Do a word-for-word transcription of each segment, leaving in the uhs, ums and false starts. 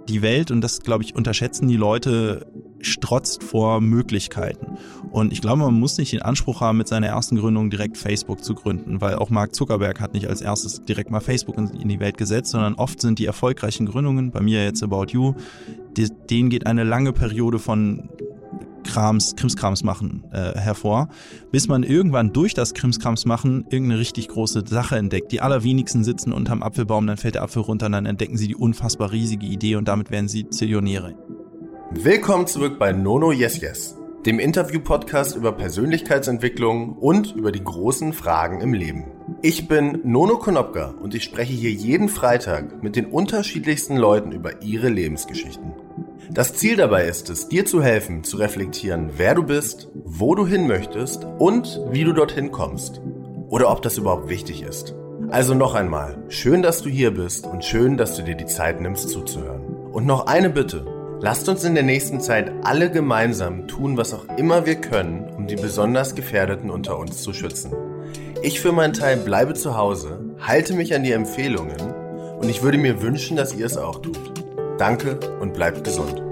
die Welt, und das, glaube ich, unterschätzen die Leute, strotzt vor Möglichkeiten. Und ich glaube, man muss nicht den Anspruch haben, mit seiner ersten Gründung direkt Facebook zu gründen, weil auch Mark Zuckerberg hat nicht als erstes direkt mal Facebook in die Welt gesetzt, sondern oft sind die erfolgreichen Gründungen, bei mir jetzt About You, die, denen geht eine lange Periode von Krams, Krimskrams machen äh, hervor, bis man irgendwann durch das Krimskrams machen irgendeine richtig große Sache entdeckt. Die allerwenigsten sitzen unterm Apfelbaum, dann fällt der Apfel runter und dann entdecken sie die unfassbar riesige Idee und damit werden sie Zillionäre. Willkommen zurück bei Nono Yes Yes, dem Interview-Podcast über Persönlichkeitsentwicklung und über die großen Fragen im Leben. Ich bin Nono Konopka und ich spreche hier jeden Freitag mit den unterschiedlichsten Leuten über ihre Lebensgeschichten. Das Ziel dabei ist es, dir zu helfen, zu reflektieren, wer du bist, wo du hin möchtest und wie du dorthin kommst. Oder ob das überhaupt wichtig ist. Also noch einmal, schön, dass du hier bist und schön, dass du dir die Zeit nimmst zuzuhören. Und noch eine Bitte. Lasst uns in der nächsten Zeit alle gemeinsam tun, was auch immer wir können, um die besonders Gefährdeten unter uns zu schützen. Ich für meinen Teil bleibe zu Hause, halte mich an die Empfehlungen und ich würde mir wünschen, dass ihr es auch tut. Danke und bleibt gesund.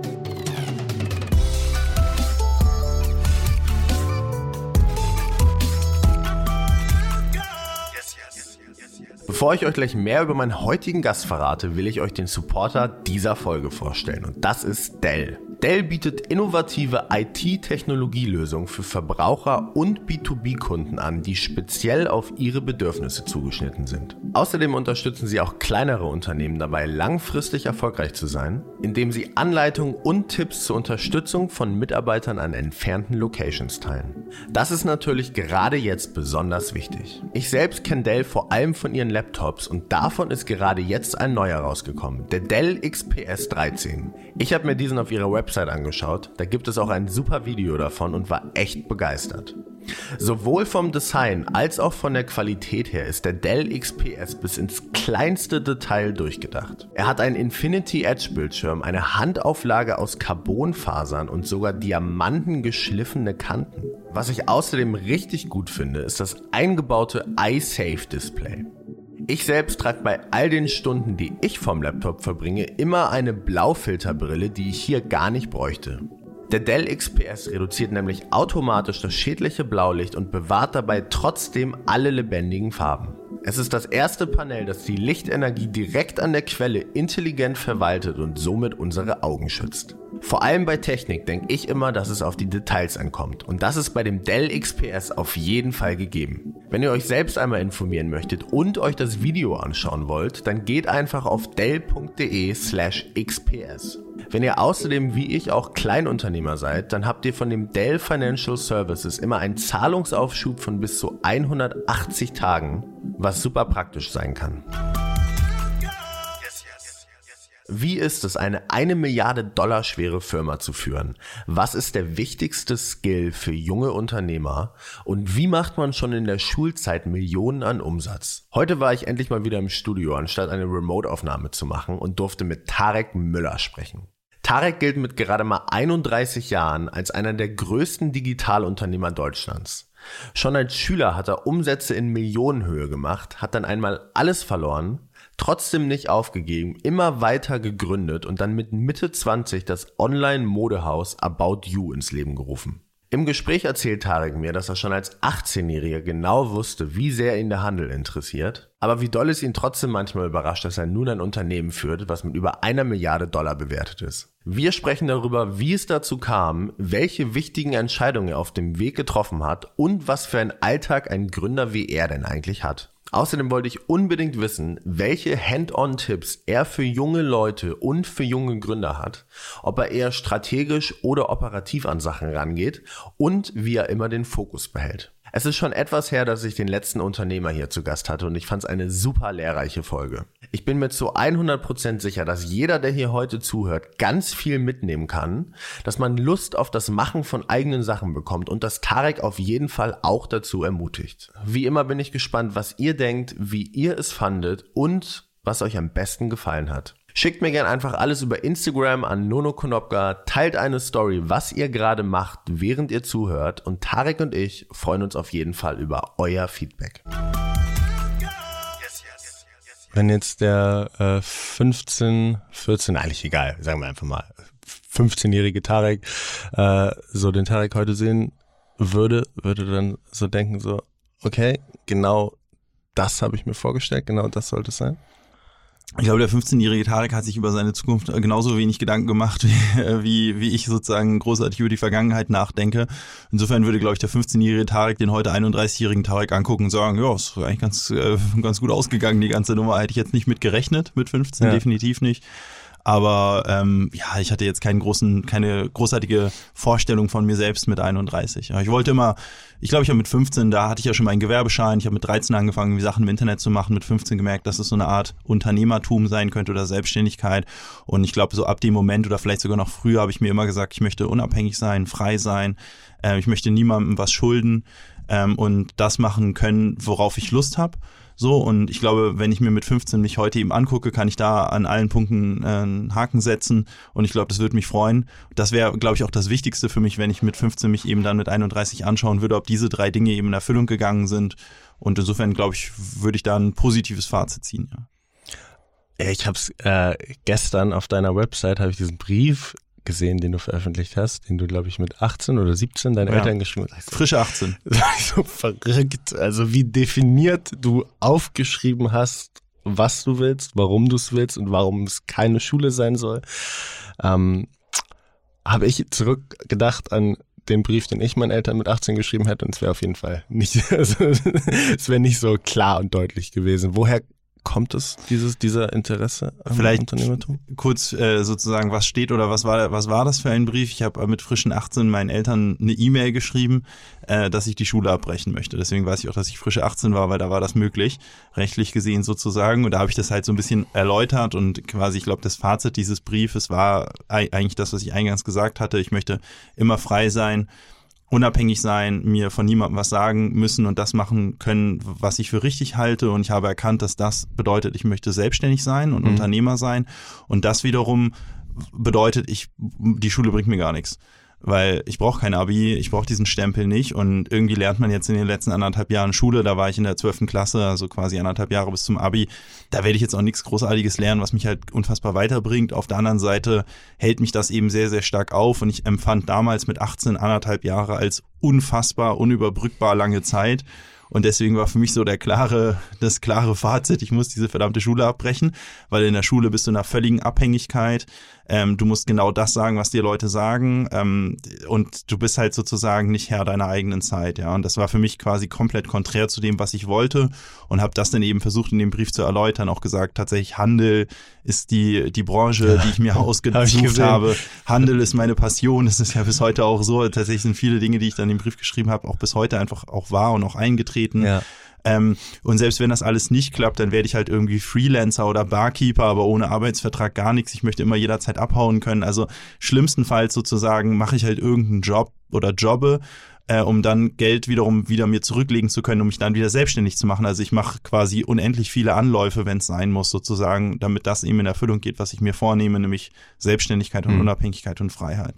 Bevor ich euch gleich mehr über meinen heutigen Gast verrate, will ich euch den Supporter dieser Folge vorstellen und das ist Dell. Dell bietet innovative I T-Technologielösungen für Verbraucher und B zwei B-Kunden an, die speziell auf ihre Bedürfnisse zugeschnitten sind. Außerdem unterstützen sie auch kleinere Unternehmen dabei, langfristig erfolgreich zu sein, indem sie Anleitungen und Tipps zur Unterstützung von Mitarbeitern an entfernten Locations teilen. Das ist natürlich gerade jetzt besonders wichtig. Ich selbst kenne Dell vor allem von ihren Laptops und davon ist gerade jetzt ein neuer rausgekommen, der Dell X P S dreizehn. Ich habe mir diesen auf ihrer Website angeschaut, da gibt es auch ein super Video davon und war echt begeistert. Sowohl vom Design als auch von der Qualität her ist der Dell X P S bis ins kleinste Detail durchgedacht. Er hat einen Infinity Edge Bildschirm, eine Handauflage aus Carbonfasern und sogar diamantengeschliffene Kanten. Was ich außerdem richtig gut finde, ist das eingebaute iSafe Display. Ich selbst trage bei all den Stunden, die ich vom Laptop verbringe, immer eine Blaufilterbrille, die ich hier gar nicht bräuchte. Der Dell X P S reduziert nämlich automatisch das schädliche Blaulicht und bewahrt dabei trotzdem alle lebendigen Farben. Es ist das erste Panel, das die Lichtenergie direkt an der Quelle intelligent verwaltet und somit unsere Augen schützt. Vor allem bei Technik denke ich immer, dass es auf die Details ankommt und das ist bei dem Dell X P S auf jeden Fall gegeben. Wenn ihr euch selbst einmal informieren möchtet und euch das Video anschauen wollt, dann geht einfach auf dell punkt de slash x p s. Wenn ihr außerdem wie ich auch Kleinunternehmer seid, dann habt ihr von dem Dell Financial Services immer einen Zahlungsaufschub von bis zu hundertachtzig Tagen, was super praktisch sein kann. Wie ist es, eine eine Milliarde Dollar schwere Firma zu führen? Was ist der wichtigste Skill für junge Unternehmer? Und wie macht man schon in der Schulzeit Millionen an Umsatz? Heute war ich endlich mal wieder im Studio, anstatt eine Remote-Aufnahme zu machen und durfte mit Tarek Müller sprechen. Tarek gilt mit gerade mal einunddreißig Jahren als einer der größten Digitalunternehmer Deutschlands. Schon als Schüler hat er Umsätze in Millionenhöhe gemacht, hat dann einmal alles verloren, trotzdem nicht aufgegeben, immer weiter gegründet und dann mit Mitte zwanzig das Online-Modehaus About You ins Leben gerufen. Im Gespräch erzählt Tarek mir, dass er schon als achtzehnjähriger genau wusste, wie sehr ihn der Handel interessiert, aber wie doll es ihn trotzdem manchmal überrascht, dass er nun ein Unternehmen führt, was mit über einer Milliarde Dollar bewertet ist. Wir sprechen darüber, wie es dazu kam, welche wichtigen Entscheidungen er auf dem Weg getroffen hat und was für einen Alltag ein Gründer wie er denn eigentlich hat. Außerdem wollte ich unbedingt wissen, welche Hand-on-Tipps er für junge Leute und für junge Gründer hat, ob er eher strategisch oder operativ an Sachen rangeht und wie er immer den Fokus behält. Es ist schon etwas her, dass ich den letzten Unternehmer hier zu Gast hatte und ich fand es eine super lehrreiche Folge. Ich bin mir zu hundert Prozent sicher, dass jeder, der hier heute zuhört, ganz viel mitnehmen kann, dass man Lust auf das Machen von eigenen Sachen bekommt und dass Tarek auf jeden Fall auch dazu ermutigt. Wie immer bin ich gespannt, was ihr denkt, wie ihr es fandet und was euch am besten gefallen hat. Schickt mir gerne einfach alles über Instagram an Nono Konopka, teilt eine Story, was ihr gerade macht, während ihr zuhört und Tarek und ich freuen uns auf jeden Fall über euer Feedback. wenn jetzt der äh, fünfzehn, vierzehn, eigentlich egal, sagen wir einfach mal, fünfzehnjährige Tarek äh, so den Tarek heute sehen würde, würde dann so denken so, okay, genau das habe ich mir vorgestellt, genau das sollte es sein? Ich glaube, der fünfzehnjährige Tarek hat sich über seine Zukunft genauso wenig Gedanken gemacht, wie, wie, wie ich sozusagen großartig über die Vergangenheit nachdenke. Insofern würde, glaube ich, der fünfzehnjährige Tarek den heute einunddreißigjährigen Tarek angucken und sagen, ja, ist eigentlich ganz, äh, ganz gut ausgegangen, die ganze Nummer. Hätte ich jetzt nicht mit gerechnet, mit fünfzehn, ja. Definitiv nicht. Aber ähm, ja, ich hatte jetzt keinen großen, keine großartige Vorstellung von mir selbst mit einunddreißig. Ja, ich wollte immer, ich glaube, ich habe mit fünfzehn, da hatte ich ja schon meinen Gewerbeschein, ich habe mit dreizehn angefangen, Sachen im Internet zu machen, mit fünfzehn gemerkt, dass es so eine Art Unternehmertum sein könnte oder Selbstständigkeit. Und ich glaube, so ab dem Moment oder vielleicht sogar noch früher habe ich mir immer gesagt, ich möchte unabhängig sein, frei sein, äh, ich möchte niemandem was schulden ähm, und das machen können, worauf ich Lust habe. So, und ich glaube, wenn ich mir mit fünfzehn mich heute eben angucke, kann ich da an allen Punkten äh, einen Haken setzen und ich glaube, das würde mich freuen. Das wäre, glaube ich, auch das Wichtigste für mich, wenn ich mit fünfzehn mich eben dann mit einunddreißig anschauen würde, ob diese drei Dinge eben in Erfüllung gegangen sind. Und insofern, glaube ich, würde ich da ein positives Fazit ziehen. Ja. Ich habe es äh, gestern auf deiner Website, habe ich diesen Brief gesehen, den du veröffentlicht hast, den du, glaube ich, mit achtzehn oder siebzehn deinen ja. Eltern geschrieben hast. Frische achtzehn. Das war so verrückt. Also wie definiert du aufgeschrieben hast, was du willst, warum du es willst und warum es keine Schule sein soll. Ähm, habe ich zurückgedacht an den Brief, den ich meinen Eltern mit achtzehn geschrieben hätte, und es wäre auf jeden Fall nicht, also es wäre nicht so klar und deutlich gewesen. Woher kommt es, dieses, dieser Interesse am Vielleicht Unternehmertum? Kurz äh, sozusagen, was steht oder was war was war das für ein Brief? Ich habe mit frischen achtzehn meinen Eltern eine E-Mail geschrieben, äh, dass ich die Schule abbrechen möchte. Deswegen weiß ich auch, dass ich frische achtzehn war, weil da war das möglich, rechtlich gesehen sozusagen. Und da habe ich das halt so ein bisschen erläutert und quasi, ich glaube, das Fazit dieses Briefes war eigentlich das, was ich eingangs gesagt hatte. Ich möchte immer frei sein, unabhängig sein, mir von niemandem was sagen müssen und das machen können, was ich für richtig halte. Und ich habe erkannt, dass das bedeutet, ich möchte selbstständig sein und mhm. Unternehmer sein. Und das wiederum bedeutet, ich die Schule bringt mir gar nichts. Weil ich brauche kein Abi, ich brauche diesen Stempel nicht und irgendwie lernt man jetzt in den letzten anderthalb Jahren Schule, da war ich in der zwölften Klasse, also quasi anderthalb Jahre bis zum Abi, da werde ich jetzt auch nichts Großartiges lernen, was mich halt unfassbar weiterbringt. Auf der anderen Seite hält mich das eben sehr, sehr stark auf und ich empfand damals mit achtzehn anderthalb Jahre als unfassbar, unüberbrückbar lange Zeit. Und deswegen war für mich so der klare, das klare Fazit, ich muss diese verdammte Schule abbrechen, weil in der Schule bist du in einer völligen Abhängigkeit. Ähm, du musst genau das sagen, was dir Leute sagen, ähm, und du bist halt sozusagen nicht Herr deiner eigenen Zeit, ja. Und das war für mich quasi komplett konträr zu dem, was ich wollte und habe das dann eben versucht in dem Brief zu erläutern, auch gesagt, tatsächlich Handel ist die die Branche, die ich mir ausgesucht hab habe. Handel ist meine Passion, das ist ja bis heute auch so. Tatsächlich sind viele Dinge, die ich dann im Brief geschrieben habe, auch bis heute einfach auch wahr und auch eingetreten. Ja. Ähm, und selbst wenn das alles nicht klappt, dann werde ich halt irgendwie Freelancer oder Barkeeper, aber ohne Arbeitsvertrag gar nichts. Ich möchte immer jederzeit abhauen können. Also schlimmstenfalls sozusagen mache ich halt irgendeinen Job oder jobbe, äh, um dann Geld wiederum wieder mir zurücklegen zu können, um mich dann wieder selbstständig zu machen. Also ich mache quasi unendlich viele Anläufe, wenn es sein muss, sozusagen, damit das eben in Erfüllung geht, was ich mir vornehme, nämlich Selbstständigkeit und mhm. Unabhängigkeit und Freiheit.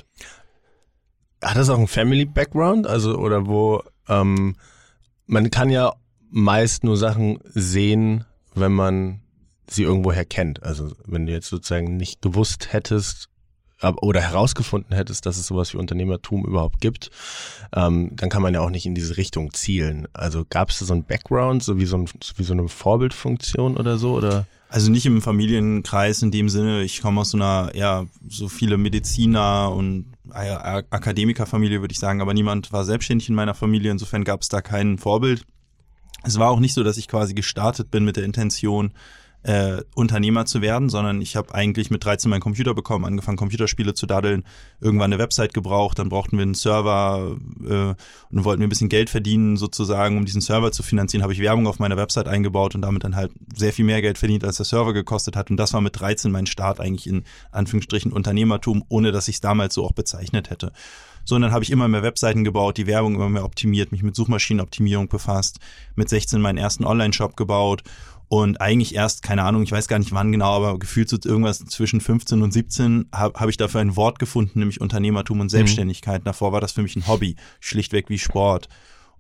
Hat das auch einen Family-Background? Also, oder wo, ähm, man kann ja meist nur Sachen sehen, wenn man sie irgendwoher kennt. Also wenn du jetzt sozusagen nicht gewusst hättest oder herausgefunden hättest, dass es sowas wie Unternehmertum überhaupt gibt, ähm, dann kann man ja auch nicht in diese Richtung zielen. Also gab es da so ein Background, so wie so, ein, wie so eine Vorbildfunktion oder so? Oder? Also nicht im Familienkreis in dem Sinne. Ich komme aus so einer, ja, so viele Mediziner und ja, Akademikerfamilie, würde ich sagen, aber niemand war selbstständig in meiner Familie. Insofern gab es da kein Vorbild. Es war auch nicht so, dass ich quasi gestartet bin mit der Intention, äh, Unternehmer zu werden, sondern ich habe eigentlich mit dreizehn meinen Computer bekommen, angefangen Computerspiele zu daddeln, irgendwann eine Website gebraucht, dann brauchten wir einen Server äh, und wollten wir ein bisschen Geld verdienen sozusagen, um diesen Server zu finanzieren, habe ich Werbung auf meiner Website eingebaut und damit dann halt sehr viel mehr Geld verdient, als der Server gekostet hat, und das war mit dreizehn mein Start eigentlich in Anführungsstrichen Unternehmertum, ohne dass ich es damals so auch bezeichnet hätte. So, und dann habe ich immer mehr Webseiten gebaut, die Werbung immer mehr optimiert, mich mit Suchmaschinenoptimierung befasst, mit sechzehn meinen ersten Online-Shop gebaut und eigentlich erst, keine Ahnung, ich weiß gar nicht wann genau, aber gefühlt so irgendwas zwischen fünfzehn und siebzehn habe hab ich dafür ein Wort gefunden, nämlich Unternehmertum und Selbstständigkeit. Mhm. Davor war das für mich ein Hobby, schlichtweg wie Sport.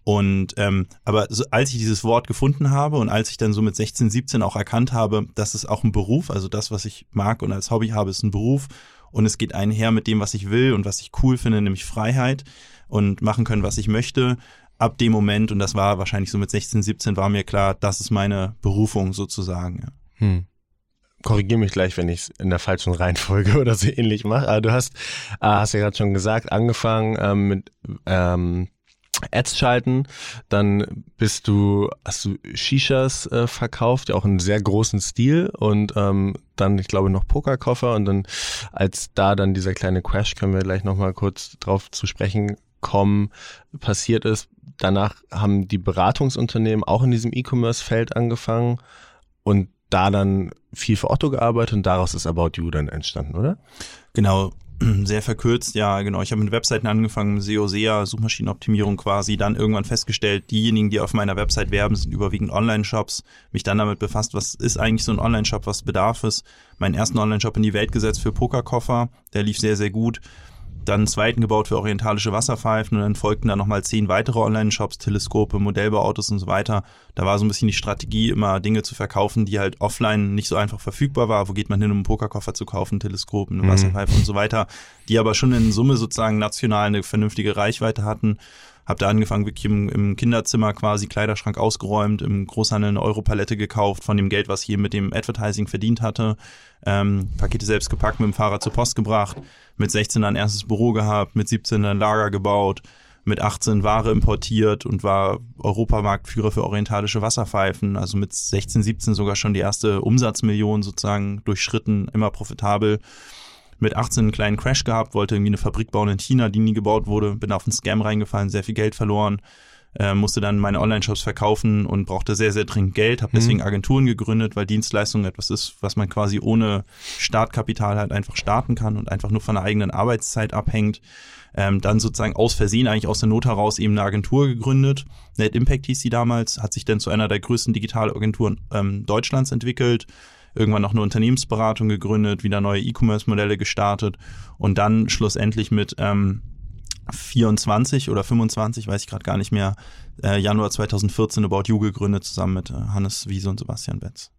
Und ähm, aber so, als ich dieses Wort gefunden habe und als ich dann so mit sechzehn, siebzehn auch erkannt habe, dass es auch ein Beruf, also das, was ich mag und als Hobby habe, ist ein Beruf und es geht einher mit dem, was ich will und was ich cool finde, nämlich Freiheit und machen können, was ich möchte. Ab dem Moment, und das war wahrscheinlich so mit sechzehn, siebzehn, war mir klar, das ist meine Berufung sozusagen. Ja. Hm. Korrigiere mich gleich, wenn ich es in der falschen Reihenfolge oder so ähnlich mache. Aber du hast, äh, hast ja gerade schon gesagt, angefangen ähm, mit ähm, Ads schalten, dann bist du, hast du Shishas äh, verkauft, ja auch in sehr großen Stil und ähm, dann, ich glaube, noch Pokerkoffer und dann, als da dann dieser kleine Crash, können wir gleich nochmal kurz drauf zu sprechen kommen, passiert ist, danach haben die Beratungsunternehmen auch in diesem E-Commerce-Feld angefangen und da dann viel für Otto gearbeitet und daraus ist About You dann entstanden, oder? Genau. Sehr verkürzt, ja genau. Ich habe mit Webseiten angefangen, S E O, S E A, Suchmaschinenoptimierung quasi, dann irgendwann festgestellt, diejenigen, die auf meiner Website werben, sind überwiegend Online-Shops. Mich dann damit befasst, was ist eigentlich so ein Online-Shop, was bedarf es. Meinen ersten Online-Shop in die Welt gesetzt für Pokerkoffer, der lief sehr, sehr gut. Dann einen zweiten gebaut für orientalische Wasserpfeifen und dann folgten dann nochmal zehn weitere Online-Shops, Teleskope, Modellbauautos und so weiter. Da war so ein bisschen die Strategie, immer Dinge zu verkaufen, die halt offline nicht so einfach verfügbar war. Wo geht man hin, um einen Pokerkoffer zu kaufen, Teleskop, eine Wasserpfeife mhm. und so weiter, die aber schon in Summe sozusagen national eine vernünftige Reichweite hatten. Hab da angefangen, wirklich im, im Kinderzimmer quasi Kleiderschrank ausgeräumt, im Großhandel eine Europalette gekauft von dem Geld, was ich hier mit dem Advertising verdient hatte. Ähm, Pakete selbst gepackt, mit dem Fahrrad zur Post gebracht, mit sechzehn ein erstes Büro gehabt, mit siebzehn ein Lager gebaut, mit achtzehn Ware importiert und war Europamarktführer für orientalische Wasserpfeifen, also mit sechzehn, siebzehn sogar schon die erste Umsatzmillion sozusagen durchschritten, immer profitabel. Mit achtzehn einen kleinen Crash gehabt, wollte irgendwie eine Fabrik bauen in China, die nie gebaut wurde, bin auf einen Scam reingefallen, sehr viel Geld verloren, äh, musste dann meine Online-Shops verkaufen und brauchte sehr, sehr dringend Geld, habe deswegen Agenturen gegründet, weil Dienstleistung etwas ist, was man quasi ohne Startkapital halt einfach starten kann und einfach nur von der eigenen Arbeitszeit abhängt. Ähm, dann sozusagen aus Versehen eigentlich aus der Not heraus eben eine Agentur gegründet. Net Impact hieß sie damals, hat sich dann zu einer der größten Digitalagenturen ähm, Deutschlands entwickelt. Irgendwann noch eine Unternehmensberatung gegründet, wieder neue E-Commerce-Modelle gestartet und dann schlussendlich mit ähm, vierundzwanzig oder fünfundzwanzig, weiß ich gerade gar nicht mehr, äh, Januar zweitausendvierzehn About You gegründet, zusammen mit äh, Hannes Wiese und Sebastian Betz.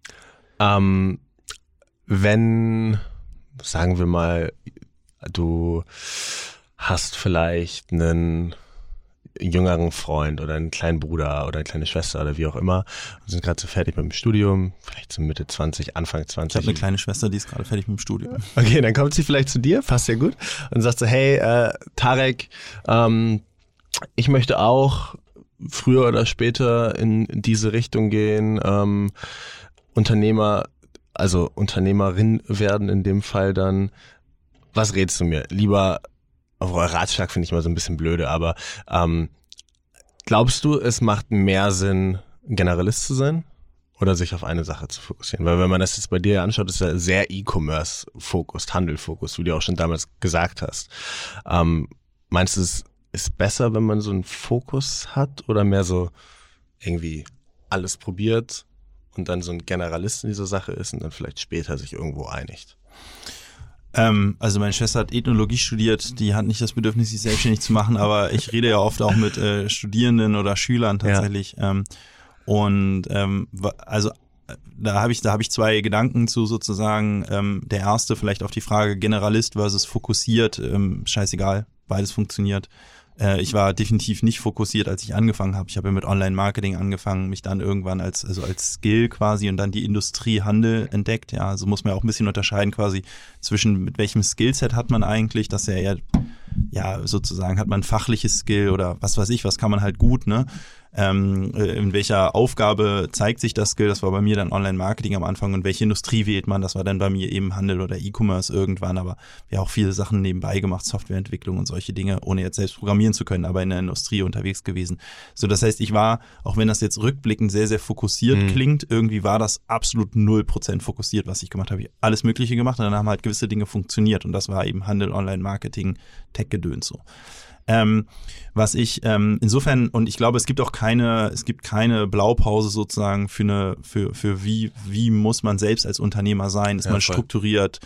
Ähm, wenn, sagen wir mal, du hast vielleicht einen jüngeren Freund oder einen kleinen Bruder oder eine kleine Schwester oder wie auch immer und sind gerade so fertig mit dem Studium, vielleicht so Mitte zwanzig, Anfang zwanzig. Ich habe eine kleine Schwester, die ist gerade fertig mit dem Studium. Okay, dann kommt sie vielleicht zu dir, passt ja gut, und sagt so, hey, äh, Tarek, ähm, ich möchte auch früher oder später in diese Richtung gehen, ähm, Unternehmer, also Unternehmerin werden in dem Fall dann. Was rätst du mir? Lieber, Ratschlag finde ich mal so ein bisschen blöde, aber ähm, glaubst du, es macht mehr Sinn, Generalist zu sein oder sich auf eine Sache zu fokussieren? Weil wenn man das jetzt bei dir anschaut, ist ja sehr E-Commerce-Fokus, Handel-Fokus, wie du auch schon damals gesagt hast. Ähm, meinst du, es ist besser, wenn man so einen Fokus hat oder mehr so irgendwie alles probiert und dann so ein Generalist in dieser Sache ist und dann vielleicht später sich irgendwo einigt? Ähm, also meine Schwester hat Ethnologie studiert, die hat nicht das Bedürfnis, sich selbstständig zu machen, aber ich rede ja oft auch mit äh, Studierenden oder Schülern tatsächlich. Ja. Ähm, und ähm, also da habe ich, da habe ich zwei Gedanken zu sozusagen. Ähm, der erste vielleicht auf die Frage Generalist versus fokussiert, ähm, scheißegal, beides funktioniert. Äh, ich war definitiv nicht fokussiert, als ich angefangen habe. Ich habe ja mit Online-Marketing angefangen, mich dann irgendwann als also als Skill quasi und dann die Industrie Handel entdeckt. Ja, also muss man ja auch ein bisschen unterscheiden quasi zwischen mit welchem Skillset hat man eigentlich, dass er ja ja sozusagen hat man ein fachliches Skill oder was weiß ich, was kann man halt gut, ne? Ähm, in welcher Aufgabe zeigt sich das Skill, das war bei mir dann Online-Marketing am Anfang und welche Industrie wählt man, das war dann bei mir eben Handel oder E-Commerce irgendwann, aber wir haben auch viele Sachen nebenbei gemacht, Softwareentwicklung und solche Dinge, ohne jetzt selbst programmieren zu können, aber in der Industrie unterwegs gewesen. So, das heißt, ich war, auch wenn das jetzt rückblickend sehr, sehr fokussiert mhm. klingt, irgendwie war das absolut null Prozent fokussiert, was ich gemacht habe. Ich habe alles Mögliche gemacht und dann haben halt gewisse Dinge funktioniert und das war eben Handel, Online-Marketing, Tech-Gedöns so. Ähm, was ich ähm, insofern, und ich glaube, es gibt auch keine, es gibt keine Blaupause sozusagen für eine, für, für wie, wie muss man selbst als Unternehmer sein, ist ja, man voll. strukturiert,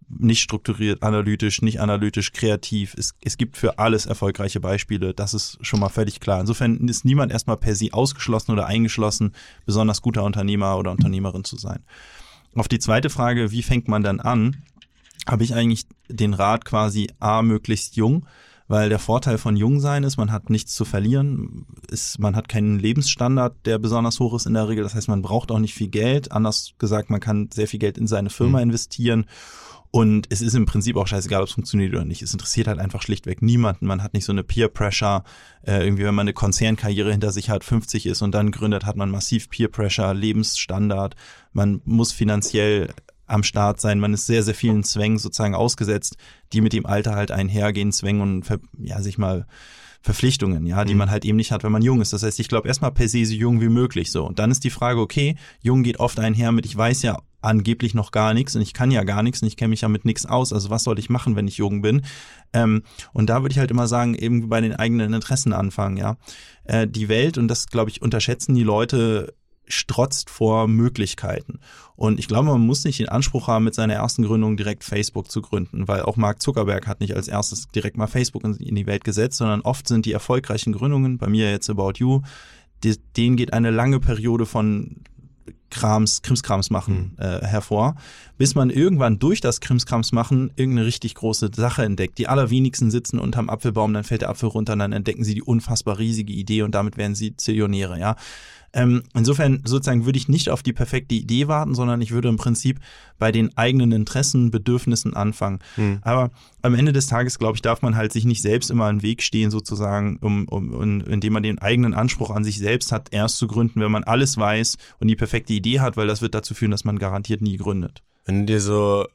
nicht strukturiert, analytisch, nicht analytisch, kreativ. Es, es gibt für alles erfolgreiche Beispiele, das ist schon mal völlig klar. Insofern ist niemand erstmal per se ausgeschlossen oder eingeschlossen, besonders guter Unternehmer oder Unternehmerin zu sein. Auf die zweite Frage, wie fängt man dann an, habe ich eigentlich den Rat quasi A, möglichst jung, weil der Vorteil von Jungsein ist, man hat nichts zu verlieren, ist, man hat keinen Lebensstandard, der besonders hoch ist in der Regel, das heißt, man braucht auch nicht viel Geld, anders gesagt, man kann sehr viel Geld in seine Firma mhm. investieren und es ist im Prinzip auch scheißegal, ob es funktioniert oder nicht, es interessiert halt einfach schlichtweg niemanden, man hat nicht so eine Peer-Pressure, äh, irgendwie wenn man eine Konzernkarriere hinter sich hat, fünfzig ist und dann gründet, hat man massiv Peer-Pressure, Lebensstandard, man muss finanziell am Start sein. Man ist sehr, sehr vielen Zwängen sozusagen ausgesetzt, die mit dem Alter halt einhergehen, Zwängen und ver, ja, sich mal Verpflichtungen, ja, die mhm. man halt eben nicht hat, wenn man jung ist. Das heißt, ich glaube erstmal per se so jung wie möglich so. Und dann ist die Frage, okay, jung geht oft einher mit, ich weiß ja angeblich noch gar nichts und ich kann ja gar nichts und ich kenne mich ja mit nichts aus. Also was soll ich machen, wenn ich jung bin? Ähm, und da würde ich halt immer sagen, eben bei den eigenen Interessen anfangen, ja. Äh, die Welt, und das, glaube ich, unterschätzen die Leute, strotzt vor Möglichkeiten. Und ich glaube, man muss nicht den Anspruch haben, mit seiner ersten Gründung direkt Facebook zu gründen, weil auch Mark Zuckerberg hat nicht als erstes direkt mal Facebook in die Welt gesetzt, sondern oft sind die erfolgreichen Gründungen, bei mir jetzt About You, die, denen geht eine lange Periode von Krams, Krimskrams machen äh, hervor, bis man irgendwann durch das Krimskrams machen irgendeine richtig große Sache entdeckt. Die allerwenigsten sitzen unterm Apfelbaum, dann fällt der Apfel runter und dann entdecken sie die unfassbar riesige Idee und damit werden sie Zillionäre, ja. Ähm, insofern sozusagen würde ich nicht auf die perfekte Idee warten, sondern ich würde im Prinzip bei den eigenen Interessen, Bedürfnissen anfangen. Hm. Aber am Ende des Tages, glaube ich, darf man halt sich nicht selbst immer im Weg stehen, sozusagen, um, um, um, indem man den eigenen Anspruch an sich selbst hat, erst zu gründen, wenn man alles weiß und die perfekte Idee hat, weil das wird dazu führen, dass man garantiert nie gründet. Wenn du dir so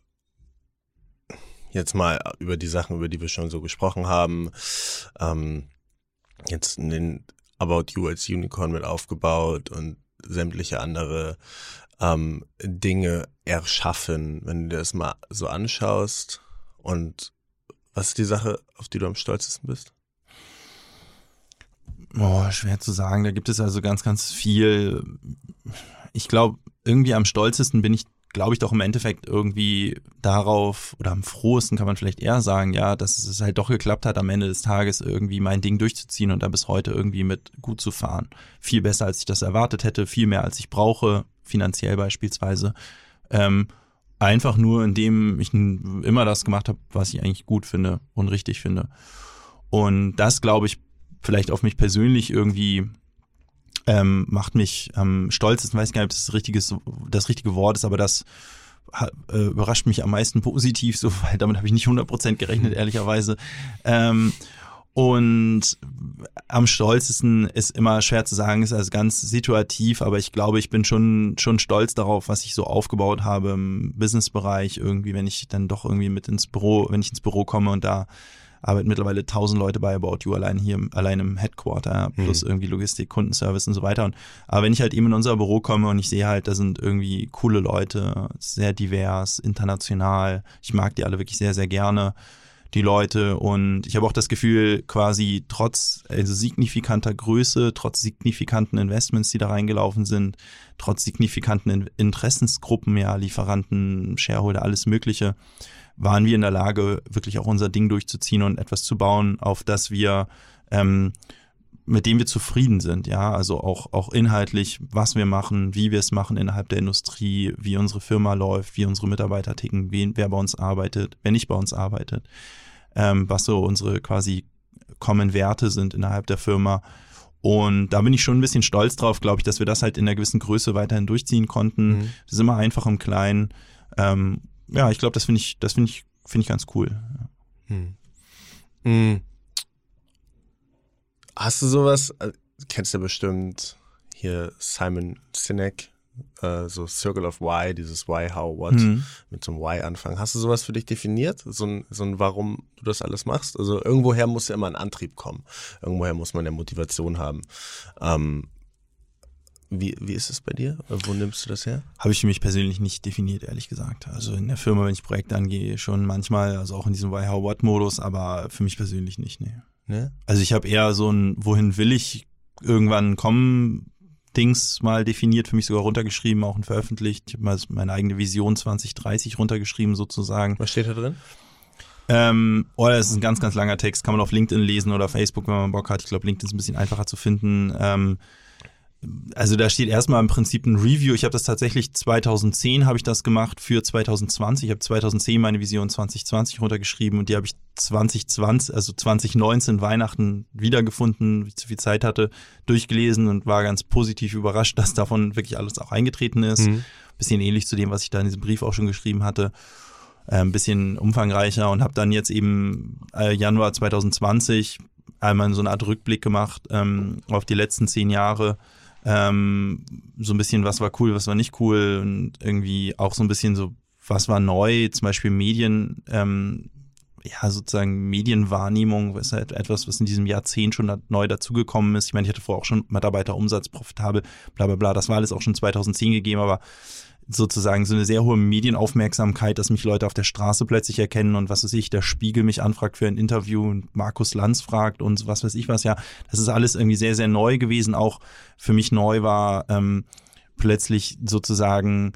jetzt mal über die Sachen, über die wir schon so gesprochen haben, ähm, jetzt in den About You als Unicorn mit aufgebaut und sämtliche andere ähm, Dinge erschaffen, wenn du dir das mal so anschaust. Und was ist die Sache, auf die du am stolzesten bist? Oh, schwer zu sagen. Da gibt es also ganz, ganz viel. Ich glaube, irgendwie am stolzesten bin ich, glaube ich, doch im Endeffekt irgendwie darauf, oder am frohesten kann man vielleicht eher sagen, ja, dass es halt doch geklappt hat, am Ende des Tages irgendwie mein Ding durchzuziehen und da bis heute irgendwie mit gut zu fahren. Viel besser, als ich das erwartet hätte, viel mehr, als ich brauche, finanziell beispielsweise. Ähm, einfach nur, indem ich immer das gemacht habe, was ich eigentlich gut finde und richtig finde. Und das, glaube ich, vielleicht auf mich persönlich irgendwie Ähm, macht mich am ähm, stolzesten, weiß ich gar nicht, ob das das richtige, das richtige Wort ist, aber das äh, überrascht mich am meisten positiv, so, weil damit habe ich nicht hundert Prozent gerechnet, ehrlicherweise. Ähm, und am stolzesten ist immer schwer zu sagen, ist also ganz situativ, aber ich glaube, ich bin schon schon stolz darauf, was ich so aufgebaut habe im Businessbereich, irgendwie, wenn ich dann doch irgendwie mit ins Büro, wenn ich ins Büro komme und da arbeiten mittlerweile tausend Leute bei About You allein hier, allein im Headquarter, plus mhm. irgendwie Logistik, Kundenservice und so weiter. Und, aber wenn ich halt eben in unser Büro komme und ich sehe halt, da sind irgendwie coole Leute, sehr divers, international. Ich mag die alle wirklich sehr, sehr gerne, die Leute. Und ich habe auch das Gefühl, quasi trotz also signifikanter Größe, trotz signifikanten Investments, die da reingelaufen sind, trotz signifikanten Interessensgruppen, ja, Lieferanten, Shareholder, alles Mögliche, waren wir in der Lage, wirklich auch unser Ding durchzuziehen und etwas zu bauen, auf das wir, ähm, mit dem wir zufrieden sind, ja, also auch, auch inhaltlich, was wir machen, wie wir es machen innerhalb der Industrie, wie unsere Firma läuft, wie unsere Mitarbeiter ticken, wen, wer bei uns arbeitet, wer nicht bei uns arbeitet, ähm, was so unsere quasi Common Werte sind innerhalb der Firma. Und da bin ich schon ein bisschen stolz drauf, glaube ich, dass wir das halt in einer gewissen Größe weiterhin durchziehen konnten. Mhm. Das ist immer einfach im Kleinen, ähm, ja, ich glaube, das finde ich, das finde ich, finde ich ganz cool. Hm. Hm. Hast du sowas, äh, kennst du bestimmt hier Simon Sinek, äh, so Circle of Why, dieses Why, How, What, hm. mit so einem Why anfangen. Hast du sowas für dich definiert? So ein, so ein Warum du das alles machst? Also irgendwoher muss ja immer ein Antrieb kommen. Irgendwoher muss man ja Motivation haben. Ähm, Wie, wie ist es bei dir? Wo nimmst du das her? Habe ich für mich persönlich nicht definiert, ehrlich gesagt. Also in der Firma, wenn ich Projekte angehe, schon manchmal, also auch in diesem Why, How, What-Modus, aber für mich persönlich nicht, nee. Ne? Also ich habe eher so ein, wohin will ich irgendwann kommen, Dings mal definiert, für mich sogar runtergeschrieben, auch und veröffentlicht. Ich habe mal meine eigene Vision zwanzig dreißig runtergeschrieben sozusagen. Was steht da drin? Ähm, oh, das ist ein ganz, ganz langer Text, kann man auf LinkedIn lesen oder Facebook, wenn man Bock hat. Ich glaube, LinkedIn ist ein bisschen einfacher zu finden. Ähm, also da steht erstmal im Prinzip ein Review. Ich habe das tatsächlich zweitausendzehn habe ich das gemacht für zwanzig zwanzig. Ich habe zweitausendzehn meine Vision zwanzig zwanzig runtergeschrieben und die habe ich zwanzig zwanzig, also zwanzig neunzehn Weihnachten wiedergefunden, wie ich zu viel Zeit hatte, durchgelesen und war ganz positiv überrascht, dass davon wirklich alles auch eingetreten ist. Mhm. Bisschen ähnlich zu dem, was ich da in diesem Brief auch schon geschrieben hatte. Ein bisschen umfangreicher und habe dann jetzt eben äh, Januar zwanzig zwanzig einmal so eine Art Rückblick gemacht ähm, auf die letzten zehn Jahre. Ähm, so ein bisschen, was war cool, was war nicht cool und irgendwie auch so ein bisschen so, was war neu, zum Beispiel Medien, ähm, ja sozusagen Medienwahrnehmung, ist halt etwas, was in diesem Jahrzehnt schon da, neu dazugekommen ist. Ich meine, ich hatte vorher auch schon Mitarbeiterumsatz, profitabel, bla bla bla, das war alles auch schon zweitausendzehn gegeben, aber sozusagen so eine sehr hohe Medienaufmerksamkeit, dass mich Leute auf der Straße plötzlich erkennen und was weiß ich, der Spiegel mich anfragt für ein Interview und Markus Lanz fragt und was weiß ich was, ja, das ist alles irgendwie sehr, sehr neu gewesen. Auch für mich neu war ähm, plötzlich sozusagen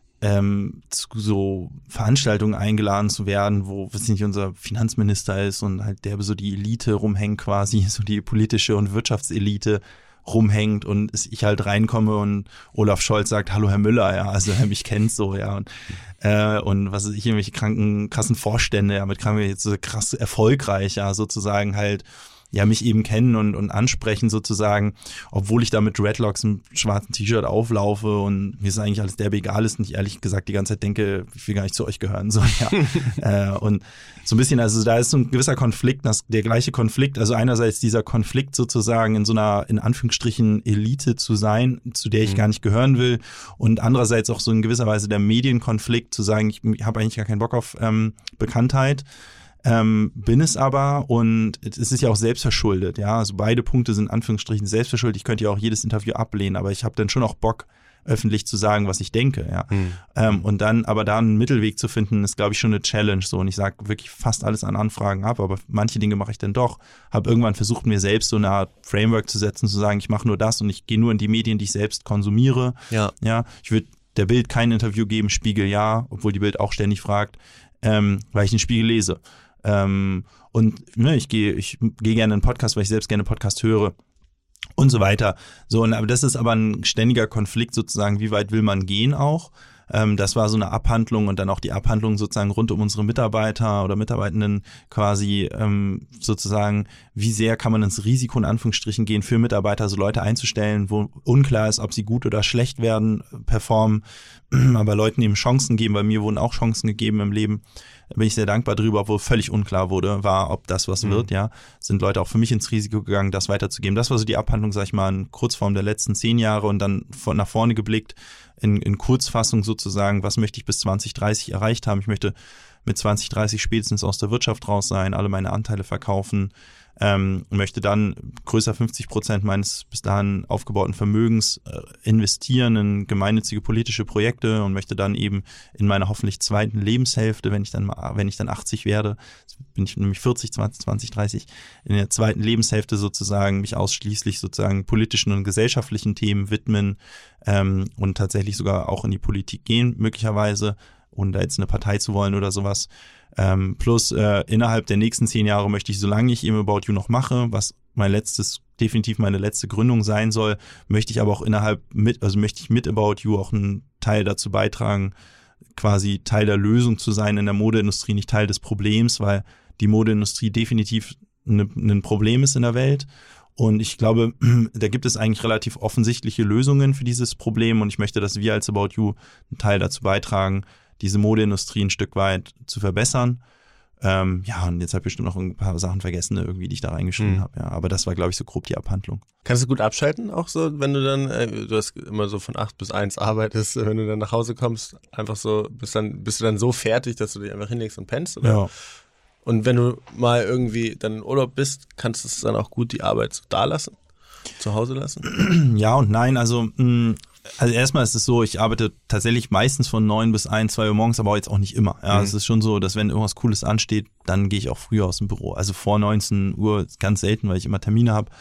ähm, zu so Veranstaltungen eingeladen zu werden, wo, weiß nicht, unser Finanzminister ist und halt der so die Elite rumhängt quasi, so die politische und Wirtschaftselite rumhängt und ich halt reinkomme und Olaf Scholz sagt, hallo Herr Müller, ja, also er mich kennt so, ja, und, äh, und was weiß ich, irgendwelche kranken, krassen Vorstände, ja, mit kranken, jetzt so krass erfolgreich, ja, sozusagen halt, ja, mich eben kennen und, und ansprechen sozusagen, obwohl ich da mit Dreadlocks im schwarzen T-Shirt auflaufe und mir ist eigentlich alles derbe egal ist und ich ehrlich gesagt die ganze Zeit denke, ich will gar nicht zu euch gehören, so, ja. äh, und so ein bisschen, also da ist so ein gewisser Konflikt, das, der gleiche Konflikt, also einerseits dieser Konflikt sozusagen in so einer, in Anführungsstrichen, Elite zu sein, zu der ich mhm. gar nicht gehören will und andererseits auch so in gewisser Weise der Medienkonflikt, zu sagen, ich habe eigentlich gar keinen Bock auf ähm, Bekanntheit. Ähm, bin es aber und es ist ja auch selbstverschuldet, ja, also beide Punkte sind in Anführungsstrichen selbstverschuldet, ich könnte ja auch jedes Interview ablehnen, aber ich habe dann schon auch Bock, öffentlich zu sagen, was ich denke, ja, mhm. ähm, und dann, aber da einen Mittelweg zu finden, ist glaube ich schon eine Challenge, so, und ich sage wirklich fast alles an Anfragen ab, aber manche Dinge mache ich dann doch, habe irgendwann versucht, mir selbst so eine Art Framework zu setzen, zu sagen, ich mache nur das und ich gehe nur in die Medien, die ich selbst konsumiere, ja, ja, ich würde der Bild kein Interview geben, Spiegel ja, obwohl die Bild auch ständig fragt, ähm, weil ich den Spiegel lese. Ähm, und ne, ich gehe ich gehe gerne in einen Podcast, weil ich selbst gerne Podcast höre und so weiter. So, und aber das ist aber ein ständiger Konflikt sozusagen, wie weit will man gehen auch. Ähm, das war so eine Abhandlung und dann auch die Abhandlung sozusagen rund um unsere Mitarbeiter oder Mitarbeitenden quasi ähm, sozusagen, wie sehr kann man ins Risiko in Anführungsstrichen gehen für Mitarbeiter, so Leute einzustellen, wo unklar ist, ob sie gut oder schlecht werden, performen, aber Leuten eben Chancen geben, weil mir wurden auch Chancen gegeben im Leben. Da bin ich sehr dankbar drüber, obwohl völlig unklar wurde, war, ob das was mhm. wird, ja. Sind Leute auch für mich ins Risiko gegangen, das weiterzugeben. Das war so die Abhandlung, sag ich mal, in Kurzform der letzten zehn Jahre und dann von nach vorne geblickt, in, in Kurzfassung sozusagen, was möchte ich bis zwanzig dreißig erreicht haben. Ich möchte mit zwanzig dreißig spätestens aus der Wirtschaft raus sein, alle meine Anteile verkaufen, ähm, möchte dann größer fünfzig Prozent meines bis dahin aufgebauten Vermögens äh, investieren in gemeinnützige politische Projekte und möchte dann eben in meiner hoffentlich zweiten Lebenshälfte, wenn ich dann mal, wenn ich dann achtzig werde, bin ich nämlich vierzig, zwanzig, zwanzig, dreißig, in der zweiten Lebenshälfte sozusagen mich ausschließlich sozusagen politischen und gesellschaftlichen Themen widmen ähm, und tatsächlich sogar auch in die Politik gehen, möglicherweise, ohne da jetzt eine Partei zu wollen oder sowas. Ähm, plus äh, innerhalb der nächsten zehn Jahre möchte ich, solange ich eben About You noch mache, was mein letztes, definitiv meine letzte Gründung sein soll, möchte ich aber auch innerhalb mit, also möchte ich mit About You auch einen Teil dazu beitragen, quasi Teil der Lösung zu sein in der Modeindustrie, nicht Teil des Problems, weil die Modeindustrie definitiv ne, ein Problem ist in der Welt. Und ich glaube, da gibt es eigentlich relativ offensichtliche Lösungen für dieses Problem und ich möchte, dass wir als About You einen Teil dazu beitragen, diese Modeindustrie ein Stück weit zu verbessern. Ähm, ja, und jetzt habe ich bestimmt noch ein paar Sachen vergessen, irgendwie, die ich da reingeschrieben mhm. habe. Ja, aber das war, glaube ich, so grob die Abhandlung. Kannst du gut abschalten auch so, wenn du dann, äh, du hast immer so von acht bis eins arbeitest, wenn du dann nach Hause kommst, einfach so, bist, dann, bist du dann so fertig, dass du dich einfach hinlegst und pennst? Oder? Ja. Und wenn du mal irgendwie dann in Urlaub bist, kannst du es dann auch gut die Arbeit so da lassen? Zu Hause lassen? Ja und nein, also mh, Also erstmal ist es so, ich arbeite tatsächlich meistens von neun bis eins, zwei Uhr morgens, aber jetzt auch nicht immer. Ja, mhm. Es ist schon so, dass wenn irgendwas Cooles ansteht, dann gehe ich auch früher aus dem Büro. Also vor neunzehn Uhr ganz selten, weil ich immer Termine habe.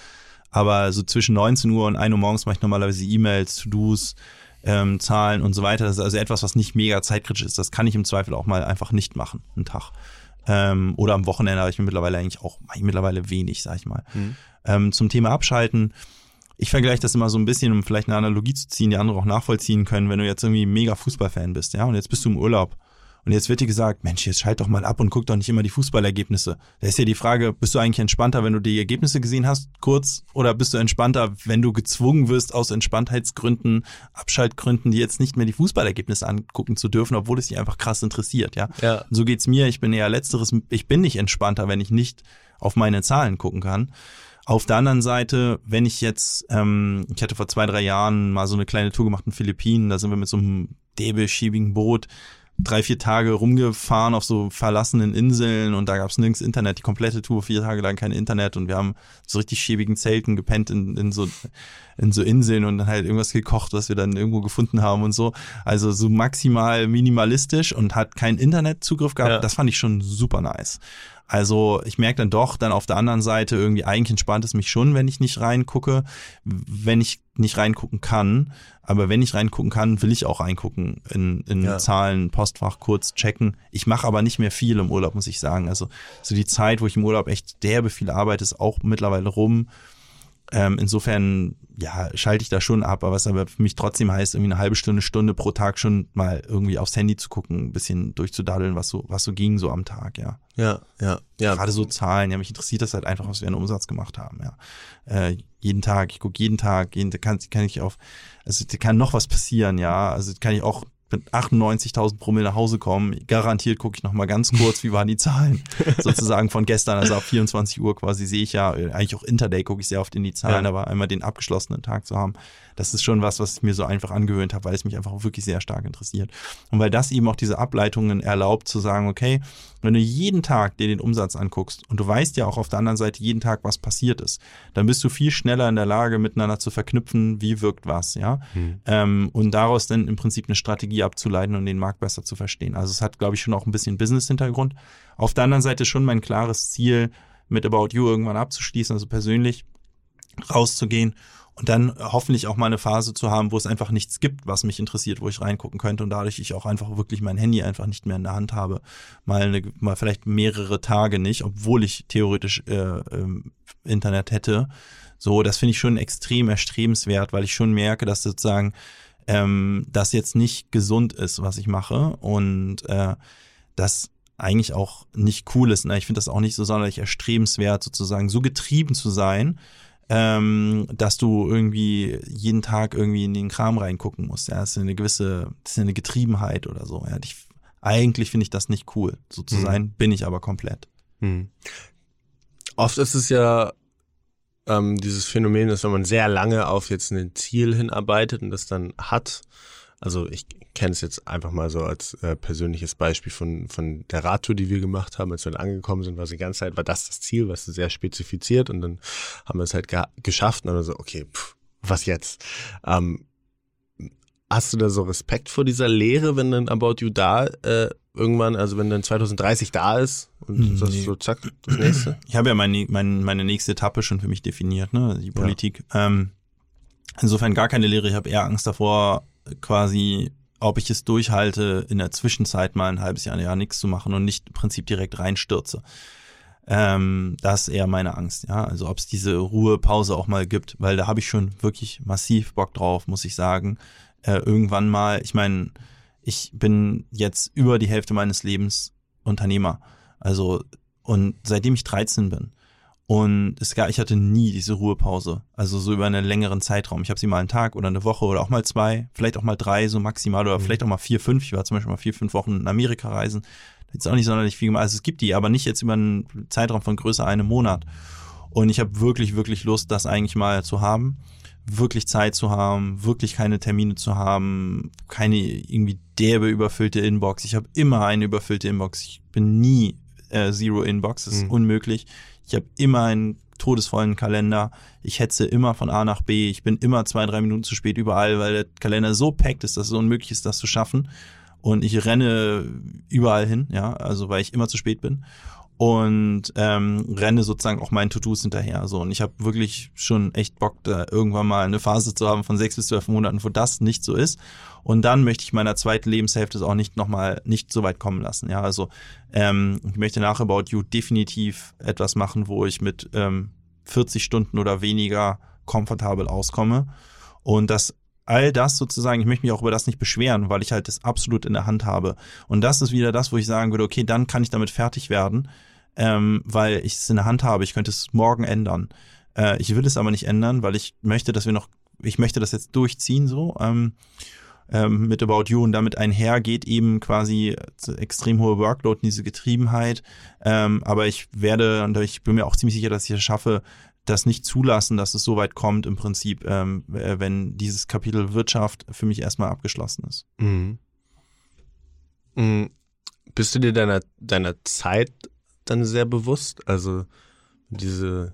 Aber so zwischen neunzehn Uhr und ein Uhr morgens mache ich normalerweise E-Mails, To-Dos, ähm, Zahlen und so weiter. Das ist also etwas, was nicht mega zeitkritisch ist. Das kann ich im Zweifel auch mal einfach nicht machen, einen Tag. Ähm, oder am Wochenende habe ich mir mittlerweile eigentlich auch, mache ich mittlerweile wenig, sag ich mal. Mhm. Ähm, zum Thema Abschalten. Ich vergleiche das immer so ein bisschen, um vielleicht eine Analogie zu ziehen, die andere auch nachvollziehen können, wenn du jetzt irgendwie mega Fußballfan bist, ja, und jetzt bist du im Urlaub und jetzt wird dir gesagt, Mensch, jetzt schalt doch mal ab und guck doch nicht immer die Fußballergebnisse. Da ist ja die Frage, bist du eigentlich entspannter, wenn du die Ergebnisse gesehen hast, kurz, oder bist du entspannter, wenn du gezwungen wirst, aus Entspanntheitsgründen, Abschaltgründen, die jetzt nicht mehr die Fußballergebnisse angucken zu dürfen, obwohl es dich einfach krass interessiert, ja. ja. So geht's mir, ich bin eher letzteres, ich bin nicht entspannter, wenn ich nicht auf meine Zahlen gucken kann. Auf der anderen Seite, wenn ich jetzt, ähm, ich hatte vor zwei, drei Jahren mal so eine kleine Tour gemacht in den Philippinen, da sind wir mit so einem däbeschiebigen Boot drei, vier Tage rumgefahren auf so verlassenen Inseln und da gab es nirgends Internet, die komplette Tour, vier Tage lang kein Internet und wir haben so richtig schäbigen Zelten gepennt in, in so in so Inseln und dann halt irgendwas gekocht, was wir dann irgendwo gefunden haben und so. Also so maximal minimalistisch und hat keinen Internetzugriff gehabt. Ja. Das fand ich schon super nice. Also ich merke dann doch, dann auf der anderen Seite irgendwie eigentlich entspannt es mich schon, wenn ich nicht reingucke, wenn ich nicht reingucken kann. Aber wenn ich reingucken kann, will ich auch reingucken in, in ja. Zahlen, Postfach kurz checken. Ich mache aber nicht mehr viel im Urlaub, muss ich sagen. Also so die Zeit, wo ich im Urlaub echt derbe viel arbeite, ist auch mittlerweile rum. Ähm, insofern, ja, schalte ich da schon ab, aber was aber für mich trotzdem heißt, irgendwie eine halbe Stunde, Stunde pro Tag schon mal irgendwie aufs Handy zu gucken, ein bisschen durchzudaddeln, was so, was so ging so am Tag, ja. Ja, ja, ja. Gerade so Zahlen, ja, mich interessiert das halt einfach, was wir an Umsatz gemacht haben, ja. Äh, jeden Tag, ich gucke jeden Tag, jeden Tag kann, kann ich auf, also da kann noch was passieren, ja, also kann ich auch mit achtundneunzigtausend Promille nach Hause kommen. Garantiert gucke ich noch mal ganz kurz, wie waren die Zahlen sozusagen von gestern, also ab vierundzwanzig Uhr quasi sehe ich ja, eigentlich auch Interday gucke ich sehr oft in die Zahlen, ja. Aber einmal den abgeschlossenen Tag zu haben, das ist schon was, was ich mir so einfach angewöhnt habe, weil es mich einfach wirklich sehr stark interessiert. Und weil das eben auch diese Ableitungen erlaubt, zu sagen, okay, wenn du jeden Tag dir den Umsatz anguckst und du weißt ja auch auf der anderen Seite jeden Tag, was passiert ist, dann bist du viel schneller in der Lage, miteinander zu verknüpfen, wie wirkt was, ja. Hm. Ähm, und daraus dann im Prinzip eine Strategie abzuleiten und den Markt besser zu verstehen. Also es hat, glaube ich, schon auch ein bisschen Business-Hintergrund. Auf der anderen Seite schon mein klares Ziel, mit About You irgendwann abzuschließen, also persönlich rauszugehen und dann hoffentlich auch mal eine Phase zu haben, wo es einfach nichts gibt, was mich interessiert, wo ich reingucken könnte und dadurch ich auch einfach wirklich mein Handy einfach nicht mehr in der Hand habe. Mal, eine, mal vielleicht mehrere Tage nicht, obwohl ich theoretisch äh, ähm, Internet hätte. So, das finde ich schon extrem erstrebenswert, weil ich schon merke, dass sozusagen ähm, das jetzt nicht gesund ist, was ich mache und äh, das eigentlich auch nicht cool ist. Ich finde das auch nicht so sonderlich erstrebenswert, sozusagen so getrieben zu sein, ähm, dass du irgendwie jeden Tag irgendwie in den Kram reingucken musst. Ja, das ist eine gewisse, das ist eine Getriebenheit oder so. Ja, ich, eigentlich finde ich das nicht cool, so zu hm. sein, bin ich aber komplett. Hm. Oft ist es ja ähm, dieses Phänomen, dass wenn man sehr lange auf jetzt ein Ziel hinarbeitet und das dann hat, also ich kenne es jetzt einfach mal so als äh, persönliches Beispiel von von der Radtour, die wir gemacht haben, als wir dann angekommen sind, war die ganze Zeit, war das das Ziel, was sehr spezifiziert und dann haben wir es halt ge- geschafft und dann so, okay, pff, was jetzt? Ähm, hast du da so Respekt vor dieser Lehre, wenn dann About You da äh, irgendwann, also wenn dann zwanzig dreißig da ist und nee. das so zack, das nächste? Ich habe ja meine, meine, meine nächste Etappe schon für mich definiert, ne, die Politik. Ja. Ähm, insofern gar keine Lehre, ich habe eher Angst davor, quasi, ob ich es durchhalte, in der Zwischenzeit mal ein halbes Jahr, ein Jahr nichts zu machen und nicht im Prinzip direkt reinstürze. Ähm, das ist eher meine Angst, ja. Also ob es diese Ruhepause auch mal gibt, weil da habe ich schon wirklich massiv Bock drauf, muss ich sagen. Äh, irgendwann mal, ich meine, ich bin jetzt über die Hälfte meines Lebens Unternehmer. Also, und seitdem ich dreizehn bin. Und es gab, ich hatte nie diese Ruhepause, also so über einen längeren Zeitraum. Ich habe sie mal einen Tag oder eine Woche oder auch mal zwei, vielleicht auch mal drei, so maximal oder mhm. vielleicht auch mal vier, fünf. Ich war zum Beispiel mal vier, fünf Wochen in Amerika reisen. Jetzt auch nicht sonderlich viel gemacht. Also es gibt die, aber nicht jetzt über einen Zeitraum von größer einem Monat. Und ich habe wirklich, wirklich Lust, das eigentlich mal zu haben, wirklich Zeit zu haben, wirklich keine Termine zu haben, keine irgendwie derbe überfüllte Inbox. Ich habe immer eine überfüllte Inbox. Ich bin nie äh, Zero Inbox, das ist mhm. unmöglich. Ich habe immer einen todesvollen Kalender. Ich hetze immer von A nach B. Ich bin immer zwei, drei Minuten zu spät überall, weil der Kalender so packt ist, dass es unmöglich ist, das zu schaffen. Und ich renne überall hin, ja, also weil ich immer zu spät bin. und ähm, renne sozusagen auch meinen To-Dos hinterher. So. Und ich habe wirklich schon echt Bock, da irgendwann mal eine Phase zu haben von sechs bis zwölf Monaten, wo das nicht so ist. Und dann möchte ich meiner zweiten Lebenshälfte auch nicht nochmal nicht so weit kommen lassen. Ja, also ähm, ich möchte nach About You definitiv etwas machen, wo ich mit ähm, vierzig Stunden oder weniger komfortabel auskomme. Und das all das sozusagen, ich möchte mich auch über das nicht beschweren, weil ich halt das absolut in der Hand habe. Und das ist wieder das, wo ich sagen würde, okay, dann kann ich damit fertig werden, ähm, weil ich es in der Hand habe. Ich könnte es morgen ändern. Äh, ich will es aber nicht ändern, weil ich möchte, dass wir noch, ich möchte das jetzt durchziehen so ähm, ähm, mit About You, und damit einher geht eben quasi extrem hohe Workload, diese Getriebenheit. Ähm, aber ich werde, und ich bin mir auch ziemlich sicher, dass ich es schaffe, das nicht zulassen, dass es so weit kommt im Prinzip, ähm, wenn dieses Kapitel Wirtschaft für mich erstmal abgeschlossen ist. Mhm. Mhm. Bist du dir deiner, deiner Zeit dann sehr bewusst? Also diese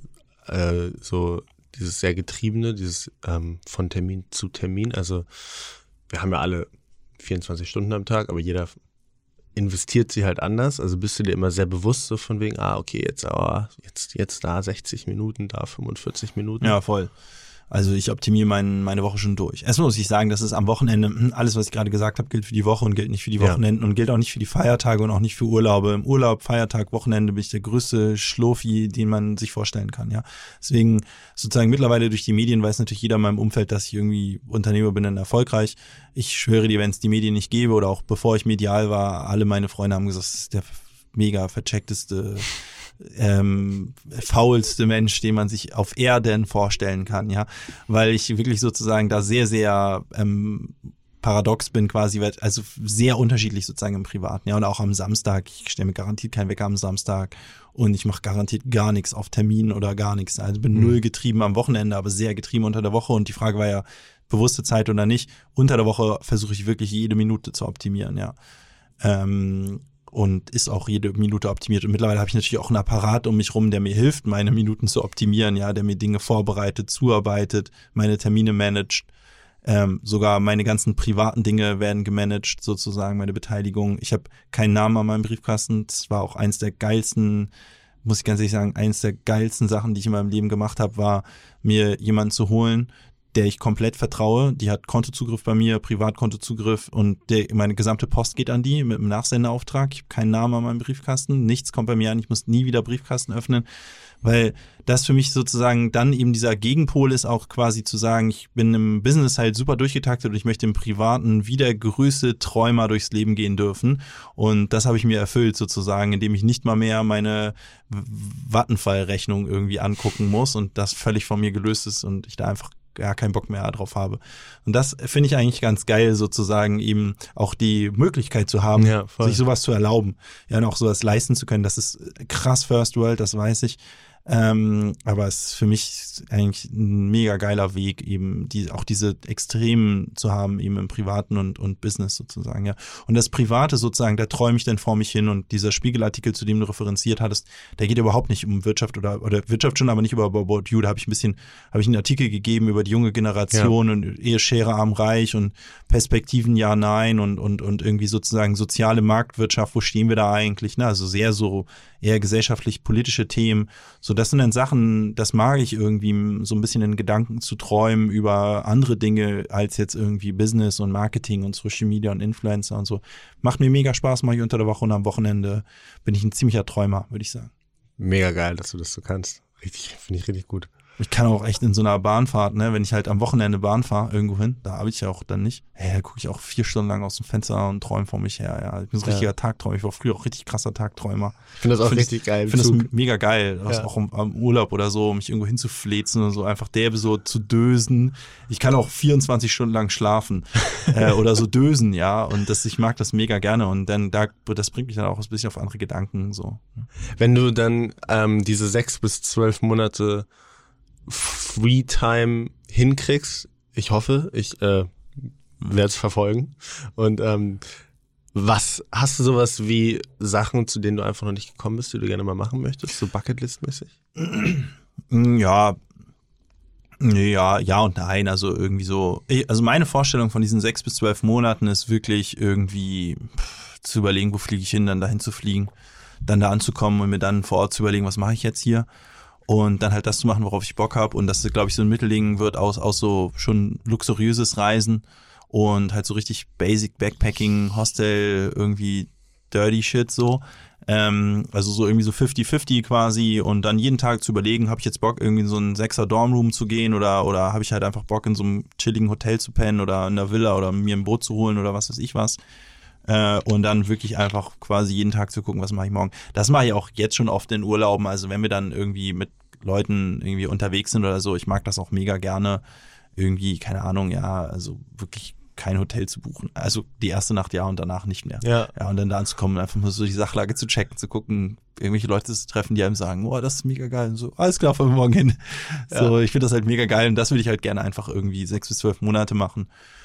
äh, so dieses sehr getriebene, dieses ähm, von Termin zu Termin. Also wir haben ja alle vierundzwanzig Stunden am Tag, aber jeder investiert sie halt anders. Also bist du dir immer sehr bewusst so von wegen, ah, okay, jetzt, oh, jetzt, jetzt da sechzig Minuten, da fünfundvierzig Minuten. Ja, voll. Also ich optimiere mein, meine Woche schon durch. Erstmal muss ich sagen, das ist am Wochenende, alles, was ich gerade gesagt habe, gilt für die Woche und gilt nicht für die Wochenenden, ja, und gilt auch nicht für die Feiertage und auch nicht für Urlaube. Im Urlaub, Feiertag, Wochenende bin ich der größte Schlurfi, den man sich vorstellen kann. Ja, deswegen sozusagen mittlerweile durch die Medien weiß natürlich jeder in meinem Umfeld, dass ich irgendwie Unternehmer bin und erfolgreich. Ich schwöre dir, wenn es die Medien nicht gäbe oder auch bevor ich medial war, alle meine Freunde haben gesagt, das ist der mega vercheckteste Ähm, faulste Mensch, den man sich auf Erden vorstellen kann, ja, weil ich wirklich sozusagen da sehr, sehr ähm, paradox bin quasi, also sehr unterschiedlich sozusagen im Privaten, ja, und auch am Samstag, ich stelle mir garantiert keinen Wecker am Samstag und ich mache garantiert gar nichts auf Termin oder gar nichts, also bin mhm. null getrieben am Wochenende, aber sehr getrieben unter der Woche, und die Frage war ja, bewusste Zeit oder nicht, unter der Woche versuche ich wirklich jede Minute zu optimieren, ja, ähm, und ist auch jede Minute optimiert. Und mittlerweile habe ich natürlich auch einen Apparat um mich rum, der mir hilft, meine Minuten zu optimieren, ja, der mir Dinge vorbereitet, zuarbeitet, meine Termine managt. Ähm, sogar meine ganzen privaten Dinge werden gemanagt, sozusagen, meine Beteiligung. Ich habe keinen Namen an meinem Briefkasten. Das war auch eins der geilsten, muss ich ganz ehrlich sagen, eins der geilsten Sachen, die ich in meinem Leben gemacht habe, war, mir jemanden zu holen, der ich komplett vertraue. Die hat Kontozugriff bei mir, Privatkontozugriff, und der, meine gesamte Post geht an die mit einem Nachsendeauftrag. Ich habe keinen Namen an meinem Briefkasten, nichts kommt bei mir an, ich muss nie wieder Briefkasten öffnen, weil das für mich sozusagen dann eben dieser Gegenpol ist, auch quasi zu sagen, ich bin im Business halt super durchgetaktet und ich möchte im Privaten wie der größte Träumer durchs Leben gehen dürfen, und das habe ich mir erfüllt sozusagen, indem ich nicht mal mehr meine Vattenfall-Rechnung irgendwie angucken muss und das völlig von mir gelöst ist und ich da einfach ja keinen Bock mehr drauf habe. Und das finde ich eigentlich ganz geil, sozusagen eben auch die Möglichkeit zu haben, ja, sich sowas zu erlauben, ja, und auch sowas leisten zu können. Das ist krass First World, das weiß ich. Ähm, aber es ist für mich eigentlich ein mega geiler Weg, eben die, auch diese Extremen zu haben, eben im Privaten und, und Business sozusagen, ja. Und das Private sozusagen, da träume ich dann vor mich hin, und dieser Spiegelartikel, zu dem du referenziert hattest, der geht überhaupt nicht um Wirtschaft oder, oder Wirtschaft schon, aber nicht über About You. Da habe ich ein bisschen, habe ich einen Artikel gegeben über die junge Generation, ja, und Eheschere arm reich und Perspektiven ja, nein, und, und, und irgendwie sozusagen soziale Marktwirtschaft, wo stehen wir da eigentlich, ne? Also sehr so eher gesellschaftlich-politische Themen. So, das sind dann Sachen, das mag ich irgendwie, so ein bisschen in Gedanken zu träumen über andere Dinge als jetzt irgendwie Business und Marketing und Social Media und Influencer und so. Macht mir mega Spaß, mache ich unter der Woche, und am Wochenende bin ich ein ziemlicher Träumer, würde ich sagen. Mega geil, dass du das so kannst. Richtig, finde ich richtig gut. Ich kann auch echt in so einer Bahnfahrt, ne, wenn ich halt am Wochenende Bahn fahre, irgendwo hin, da habe ich ja auch dann nicht, hey, da gucke ich auch vier Stunden lang aus dem Fenster und träume vor mich her, ja. Ich bin so ein ja. richtiger Tagträumer, ich war früher auch richtig krasser Tagträumer. Ich finde das auch find richtig das, geil. Ich finde das mega geil, ja. auch im, am Urlaub oder so, mich irgendwo hinzuflezen und so, einfach derbe so zu dösen. Ich kann auch vierundzwanzig Stunden lang schlafen äh, oder so dösen, ja, und das, ich mag das mega gerne, und dann, da, das bringt mich dann auch ein bisschen auf andere Gedanken, so. Wenn du dann ähm, diese sechs bis zwölf Monate Free-Time hinkriegst, ich hoffe, ich äh, werde es verfolgen. Und ähm, was, hast du sowas wie Sachen, zu denen du einfach noch nicht gekommen bist, die du gerne mal machen möchtest, so Bucketlist-mäßig? Ja, ja, ja und nein, also irgendwie so, ich, also meine Vorstellung von diesen sechs bis zwölf Monaten ist wirklich irgendwie pff, zu überlegen, wo fliege ich hin, dann dahin zu fliegen. dann da anzukommen und mir dann vor Ort zu überlegen, was mache ich jetzt hier? Und dann halt das zu machen, worauf ich Bock habe. Und das, glaube ich, so ein Mittelding wird aus, aus so schon luxuriöses Reisen und halt so richtig Basic Backpacking, Hostel, irgendwie Dirty Shit so. Ähm, also so irgendwie so fifty fifty quasi und dann jeden Tag zu überlegen, habe ich jetzt Bock, irgendwie in so einen Sechser Dormroom zu gehen oder oder habe ich halt einfach Bock, in so einem chilligen Hotel zu pennen oder in einer Villa oder mir ein Boot zu holen oder was weiß ich was. Äh, und dann wirklich einfach quasi jeden Tag zu gucken, was mache ich morgen. Das mache ich auch jetzt schon oft in Urlauben, also wenn wir dann irgendwie mit Leuten irgendwie unterwegs sind oder so, ich mag das auch mega gerne, irgendwie, keine Ahnung, ja, also wirklich kein Hotel zu buchen. Also die erste Nacht ja und danach nicht mehr. Ja. Ja, und dann da anzukommen, einfach mal so die Sachlage zu checken, zu gucken, irgendwelche Leute zu treffen, die einem sagen, boah, das ist mega geil. Und so, alles klar, fahren wir morgen hin. So, ja. Ich finde das halt mega geil und das würde ich halt gerne einfach irgendwie sechs bis zwölf Monate machen.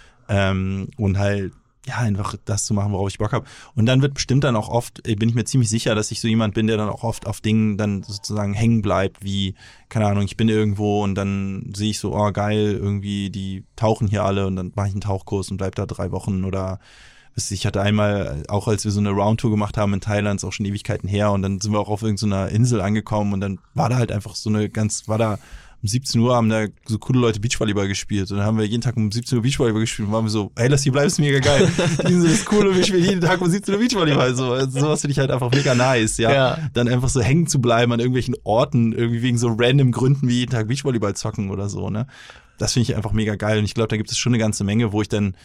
Ähm, und halt, ja, einfach das zu machen, worauf ich Bock habe. Und dann wird bestimmt dann auch oft, bin ich mir ziemlich sicher, dass ich so jemand bin, der dann auch oft auf Dingen dann sozusagen hängen bleibt, wie, keine Ahnung, ich bin irgendwo und dann sehe ich so, oh geil, irgendwie, die tauchen hier alle und dann mache ich einen Tauchkurs und bleib da drei Wochen oder ich hatte einmal, auch als wir so eine Roundtour gemacht haben in Thailand, ist auch schon Ewigkeiten her und dann sind wir auch auf irgendeiner Insel angekommen und dann war da halt einfach so eine ganz, war da um siebzehn Uhr haben da so coole Leute Beachvolleyball gespielt und dann haben wir jeden Tag um siebzehn Uhr Beachvolleyball gespielt und waren wir so, hey, lass hier bleiben, ist mega geil. Die Insel ist cool und wir spielen jeden Tag um siebzehn Uhr Beachvolleyball. So, also sowas finde ich halt einfach mega nice, ja? ja. Dann einfach so hängen zu bleiben an irgendwelchen Orten, irgendwie wegen so random Gründen wie jeden Tag Beachvolleyball zocken oder so, ne? Das finde ich einfach mega geil und ich glaube, da gibt es schon eine ganze Menge, wo ich dann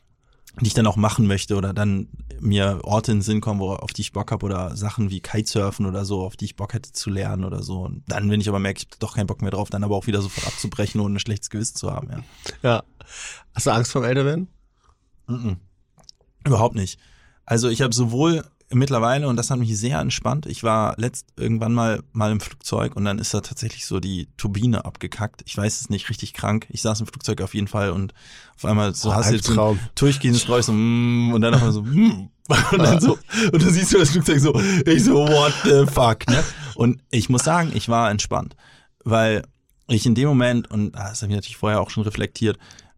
die ich dann auch machen möchte oder dann mir Orte in den Sinn kommen, wo, auf die ich Bock habe oder Sachen wie Kitesurfen oder so, auf die ich Bock hätte zu lernen oder so. Und dann, wenn ich aber merke, ich habe doch keinen Bock mehr drauf, dann aber auch wieder sofort abzubrechen, ohne ein schlechtes Gewissen zu haben, ja. Ja. Hast du Angst vorm Älterwerden? Mm-mm. Überhaupt nicht. Also ich habe sowohl mittlerweile, und das hat mich sehr entspannt, ich war letzt irgendwann mal mal im Flugzeug und dann ist da tatsächlich so die Turbine abgekackt. Ich weiß es nicht, richtig krank. Ich saß im Flugzeug auf jeden Fall und auf einmal so oh, hast du jetzt so ein durchgehendes Geräusch so mm, und dann auf einmal so mm, und dann so und du siehst so das Flugzeug so, ich so what the fuck, ne? Und ich muss sagen, ich war entspannt, weil ich in dem Moment, und das habe ich natürlich vorher auch schon reflektiert,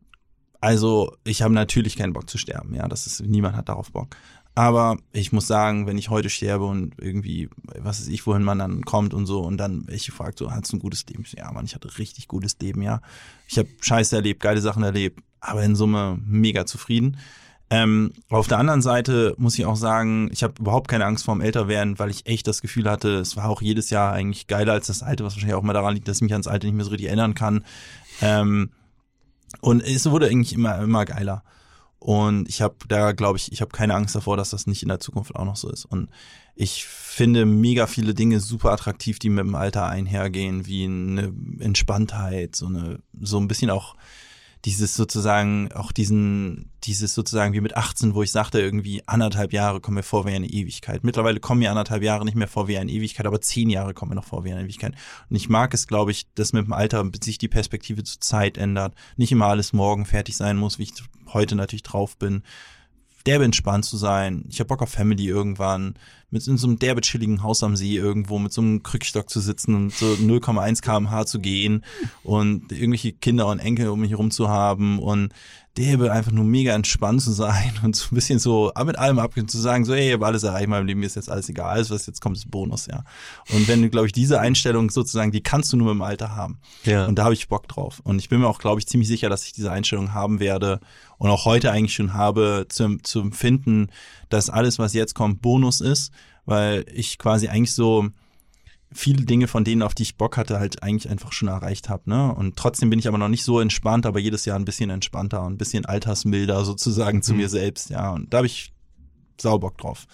also ich habe natürlich keinen Bock zu sterben, ja, das ist, niemand hat darauf Bock. Aber ich muss sagen, wenn ich heute sterbe und irgendwie, was weiß ich, wohin man dann kommt und so und dann ich fragt so, hattest du ein gutes Leben? Ja, Mann, ich hatte richtig gutes Leben, ja. Ich habe Scheiße erlebt, geile Sachen erlebt, aber in Summe mega zufrieden. Ähm, auf der anderen Seite muss ich auch sagen, ich habe überhaupt keine Angst vorm Älterwerden, weil ich echt das Gefühl hatte, es war auch jedes Jahr eigentlich geiler als das Alte, was wahrscheinlich auch mal daran liegt, dass ich mich ans Alte nicht mehr so richtig erinnern kann. Ähm, und es wurde eigentlich immer, immer geiler. Und ich habe da, glaube ich, ich habe keine Angst davor, dass das nicht in der Zukunft auch noch so ist. Und ich finde mega viele Dinge super attraktiv, die mit dem Alter einhergehen, wie eine Entspanntheit, so eine, so ein bisschen auch dieses sozusagen, auch diesen, dieses sozusagen wie mit achtzehn, wo ich sagte, irgendwie anderthalb Jahre kommen mir vor wie eine Ewigkeit. Mittlerweile kommen mir anderthalb Jahre nicht mehr vor wie eine Ewigkeit, aber zehn Jahre kommen mir noch vor wie eine Ewigkeit. Und ich mag es, glaube ich, dass mit dem Alter sich die Perspektive zur Zeit ändert. Nicht immer alles morgen fertig sein muss, wie ich heute natürlich drauf bin. Derbe entspannt zu sein. Ich habe Bock auf Family irgendwann. Mit in so einem derbe chilligen Haus am See irgendwo mit so einem Krückstock zu sitzen und so null Komma eins Kilometer pro Stunde zu gehen und irgendwelche Kinder und Enkel um mich herum zu haben und derbe einfach nur mega entspannt zu sein und so ein bisschen so mit allem abgehen zu sagen, so ey, ich habe alles erreicht in meinem Leben, mir ist jetzt alles egal, alles was jetzt kommt ist Bonus, ja. Und wenn du, glaube ich, diese Einstellung sozusagen, die kannst du nur mit dem Alter haben. Ja. Und da habe ich Bock drauf. Und ich bin mir auch, glaube ich, ziemlich sicher, dass ich diese Einstellung haben werde und auch heute eigentlich schon habe, zu, zu empfinden, dass alles, was jetzt kommt, Bonus ist, weil ich quasi eigentlich so viele Dinge von denen, auf die ich Bock hatte, halt eigentlich einfach schon erreicht habe, ne? Und trotzdem bin ich aber noch nicht so entspannt, aber jedes Jahr ein bisschen entspannter und ein bisschen altersmilder sozusagen zu mhm. mir selbst, ja. Und da habe ich sau Bock drauf.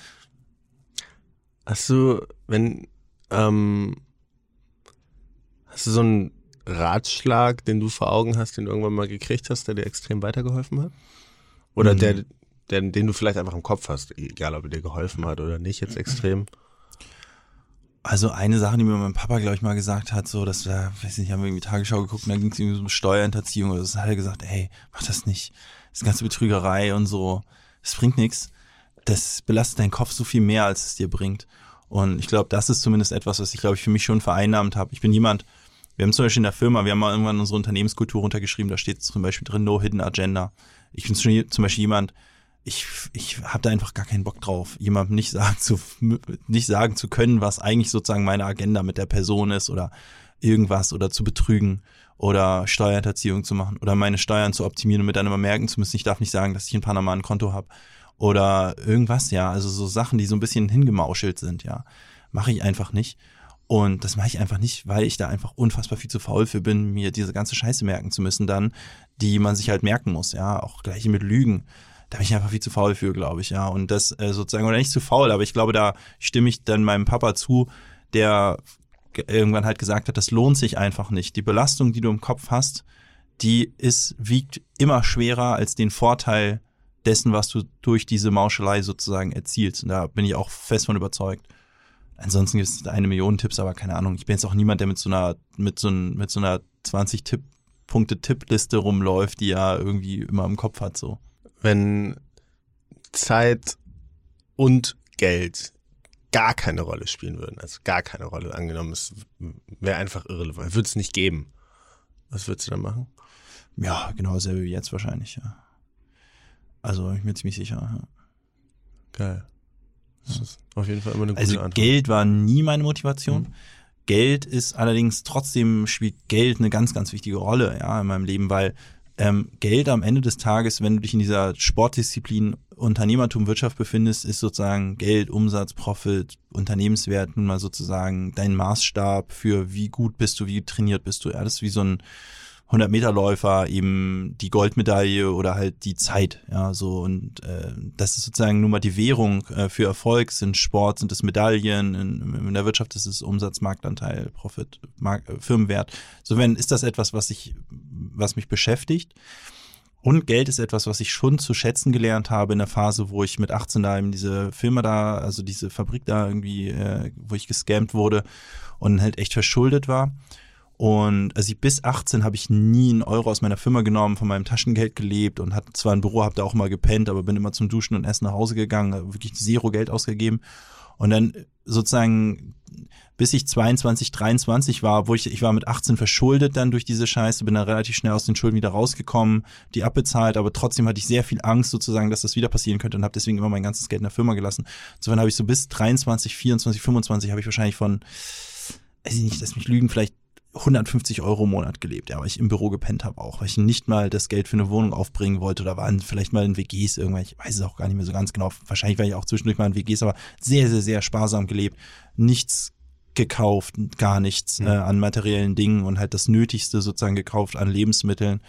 Hast du, wenn, ähm, hast du so einen Ratschlag, den du vor Augen hast, den du irgendwann mal gekriegt hast, der dir extrem weitergeholfen hat? Oder mhm. der, der, den du vielleicht einfach im Kopf hast, egal ob er dir geholfen hat oder nicht jetzt extrem? Also eine Sache, die mir mein Papa, glaube ich, mal gesagt hat, so, dass wir, weiß nicht, haben wir irgendwie Tagesschau geguckt und da ging es irgendwie so um Steuerhinterziehung oder so, hat er gesagt, ey, mach das nicht, das ist eine ganze Betrügerei und so, das bringt nichts, das belastet deinen Kopf so viel mehr, als es dir bringt. Und ich glaube, das ist zumindest etwas, was ich, glaube ich, für mich schon vereinnahmt habe. Ich bin jemand, wir haben zum Beispiel in der Firma, wir haben mal irgendwann unsere Unternehmenskultur runtergeschrieben, da steht zum Beispiel drin, no hidden agenda. Ich bin zum Beispiel jemand, ich, ich habe da einfach gar keinen Bock drauf, jemandem nicht sagen zu, nicht sagen zu können, was eigentlich sozusagen meine Agenda mit der Person ist oder irgendwas oder zu betrügen oder Steuerhinterziehung zu machen oder meine Steuern zu optimieren und mir dann immer merken zu müssen, ich darf nicht sagen, dass ich in Panama ein Konto habe oder irgendwas, ja, also so Sachen, die so ein bisschen hingemauschelt sind, ja, mache ich einfach nicht. Und das mache ich einfach nicht, weil ich da einfach unfassbar viel zu faul für bin, mir diese ganze Scheiße merken zu müssen dann, die man sich halt merken muss, ja, auch gleich mit Lügen. Da bin ich einfach viel zu faul für, glaube ich, ja. Und das äh, sozusagen, oder nicht zu faul, aber ich glaube, da stimme ich dann meinem Papa zu, der irgendwann halt gesagt hat, das lohnt sich einfach nicht. Die Belastung, die du im Kopf hast, die ist, wiegt immer schwerer als den Vorteil dessen, was du durch diese Mauschelei sozusagen erzielst. Und da bin ich auch fest von überzeugt. Ansonsten gibt es eine Million Tipps, aber keine Ahnung. Ich bin jetzt auch niemand, der mit so einer, mit so, ein, mit so einer zwanzig Tipp Punkte-Tippliste rumläuft, die er irgendwie immer im Kopf hat, so. Wenn Zeit und Geld gar keine Rolle spielen würden, also gar keine Rolle, angenommen, es wäre einfach irrelevant, würde es nicht geben. Was würdest du dann machen? Ja, genau dasselbe wie jetzt wahrscheinlich, ja. Also ich bin ziemlich sicher, ja. Geil. Das ist auf jeden Fall immer eine gute also Antwort. Geld war nie meine Motivation. Mhm. Geld ist allerdings, trotzdem spielt Geld eine ganz, ganz wichtige Rolle, ja, in meinem Leben, weil ähm, Geld am Ende des Tages, wenn du dich in dieser Sportdisziplin Unternehmertum, Wirtschaft befindest, ist sozusagen Geld, Umsatz, Profit, Unternehmenswert nun mal sozusagen dein Maßstab für wie gut bist du, wie trainiert bist du. Ja, das ist wie so ein hundert-Meter-Läufer, eben die Goldmedaille oder halt die Zeit, ja, so, und äh, das ist sozusagen nun mal die Währung äh, für Erfolg. Sind Sport, sind es Medaillen, in, in der Wirtschaft ist es Umsatz, Marktanteil, Profit, Mark, äh, Firmenwert. So, wenn ist das etwas, was ich, was mich beschäftigt. Und Geld ist etwas, was ich schon zu schätzen gelernt habe in der Phase, wo ich mit achtzehn da eben diese Firma da, also diese Fabrik da irgendwie, äh, wo ich gescammt wurde und halt echt verschuldet war. Und also ich, bis achtzehn habe ich nie einen Euro aus meiner Firma genommen, von meinem Taschengeld gelebt und hatte zwar ein Büro, habe da auch mal gepennt, aber bin immer zum Duschen und Essen nach Hause gegangen, wirklich zero Geld ausgegeben. Und dann sozusagen, bis ich zweiundzwanzig, dreiundzwanzig war, wo ich, ich war mit achtzehn verschuldet dann durch diese Scheiße, bin dann relativ schnell aus den Schulden wieder rausgekommen, die abbezahlt, aber trotzdem hatte ich sehr viel Angst sozusagen, dass das wieder passieren könnte und habe deswegen immer mein ganzes Geld in der Firma gelassen. Insofern habe ich so bis dreiundzwanzig, vierundzwanzig, fünfundzwanzig habe ich wahrscheinlich von, weiß ich nicht, lass mich lügen, vielleicht hundertfünfzig Euro im Monat gelebt, ja, weil ich im Büro gepennt habe auch, weil ich nicht mal das Geld für eine Wohnung aufbringen wollte oder waren vielleicht mal in W Gs irgendwann, ich weiß es auch gar nicht mehr so ganz genau, wahrscheinlich war ich auch zwischendurch mal in W Gs, aber sehr, sehr, sehr sparsam gelebt, nichts gekauft, gar nichts mhm. äh, an materiellen Dingen und halt das Nötigste sozusagen gekauft an Lebensmitteln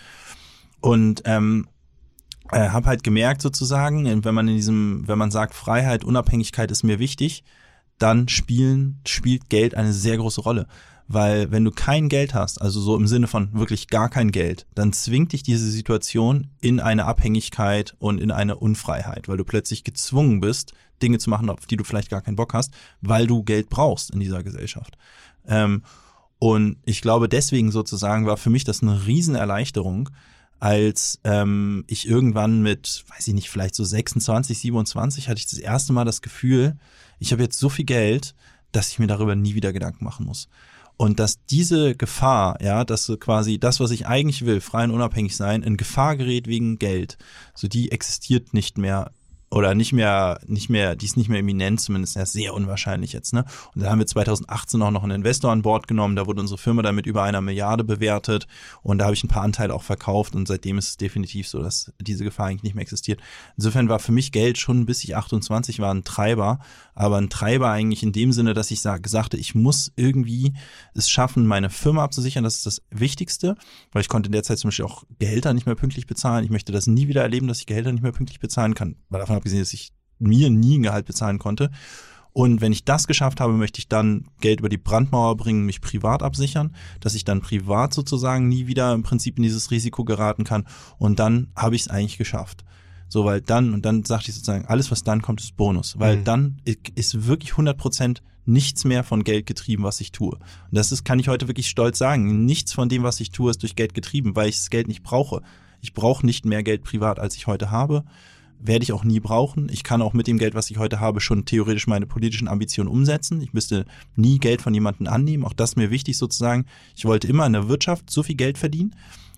und ähm, äh, habe halt gemerkt sozusagen, wenn man in diesem, wenn man sagt, Freiheit, Unabhängigkeit ist mir wichtig, dann spielen, spielt Geld eine sehr große Rolle. Weil wenn du kein Geld hast, also so im Sinne von wirklich gar kein Geld, dann zwingt dich diese Situation in eine Abhängigkeit und in eine Unfreiheit, weil du plötzlich gezwungen bist, Dinge zu machen, auf die du vielleicht gar keinen Bock hast, weil du Geld brauchst in dieser Gesellschaft. Ähm, und ich glaube, deswegen sozusagen war für mich das eine Riesenerleichterung, als ähm, ich irgendwann mit, weiß ich nicht, vielleicht so sechsundzwanzig, siebenundzwanzig hatte ich das erste Mal das Gefühl, ich habe jetzt so viel Geld, dass ich mir darüber nie wieder Gedanken machen muss. Und dass diese Gefahr, ja, dass so quasi das, was ich eigentlich will, frei und unabhängig sein, in Gefahr gerät wegen Geld, so die existiert nicht mehr oder nicht mehr, nicht mehr, die ist nicht mehr eminent, zumindest ja, sehr unwahrscheinlich jetzt, ne? Und dann haben wir zweitausendachtzehn auch noch einen Investor an Bord genommen, da wurde unsere Firma dann mit über einer Milliarde bewertet und da habe ich ein paar Anteile auch verkauft und seitdem ist es definitiv so, dass diese Gefahr eigentlich nicht mehr existiert. Insofern war für mich Geld schon, bis ich achtundzwanzig war, ein Treiber, aber ein Treiber eigentlich in dem Sinne, dass ich sag, sagte, ich muss irgendwie es schaffen, meine Firma abzusichern, das ist das Wichtigste, weil ich konnte in der Zeit zum Beispiel auch Gehälter nicht mehr pünktlich bezahlen. Ich möchte das nie wieder erleben, dass ich Gehälter nicht mehr pünktlich bezahlen kann, weil davon abgesehen, dass ich mir nie ein Gehalt bezahlen konnte. Und wenn ich das geschafft habe, möchte ich dann Geld über die Brandmauer bringen, mich privat absichern, dass ich dann privat sozusagen nie wieder im Prinzip in dieses Risiko geraten kann. Und dann habe ich es eigentlich geschafft. So, weil dann, und dann sagte ich sozusagen, alles, was dann kommt, ist Bonus. Weil mhm. dann ist wirklich hundert Prozent nichts mehr von Geld getrieben, was ich tue. Und das ist, kann ich heute wirklich stolz sagen, nichts von dem, was ich tue, ist durch Geld getrieben, weil ich das Geld nicht brauche. Ich brauche nicht mehr Geld privat, als ich heute habe. Werde ich auch nie brauchen. Ich kann auch mit dem Geld, was ich heute habe, schon theoretisch meine politischen Ambitionen umsetzen. Ich müsste nie Geld von jemandem annehmen. Auch das ist mir wichtig sozusagen. Ich wollte immer in der Wirtschaft so viel Geld verdienen,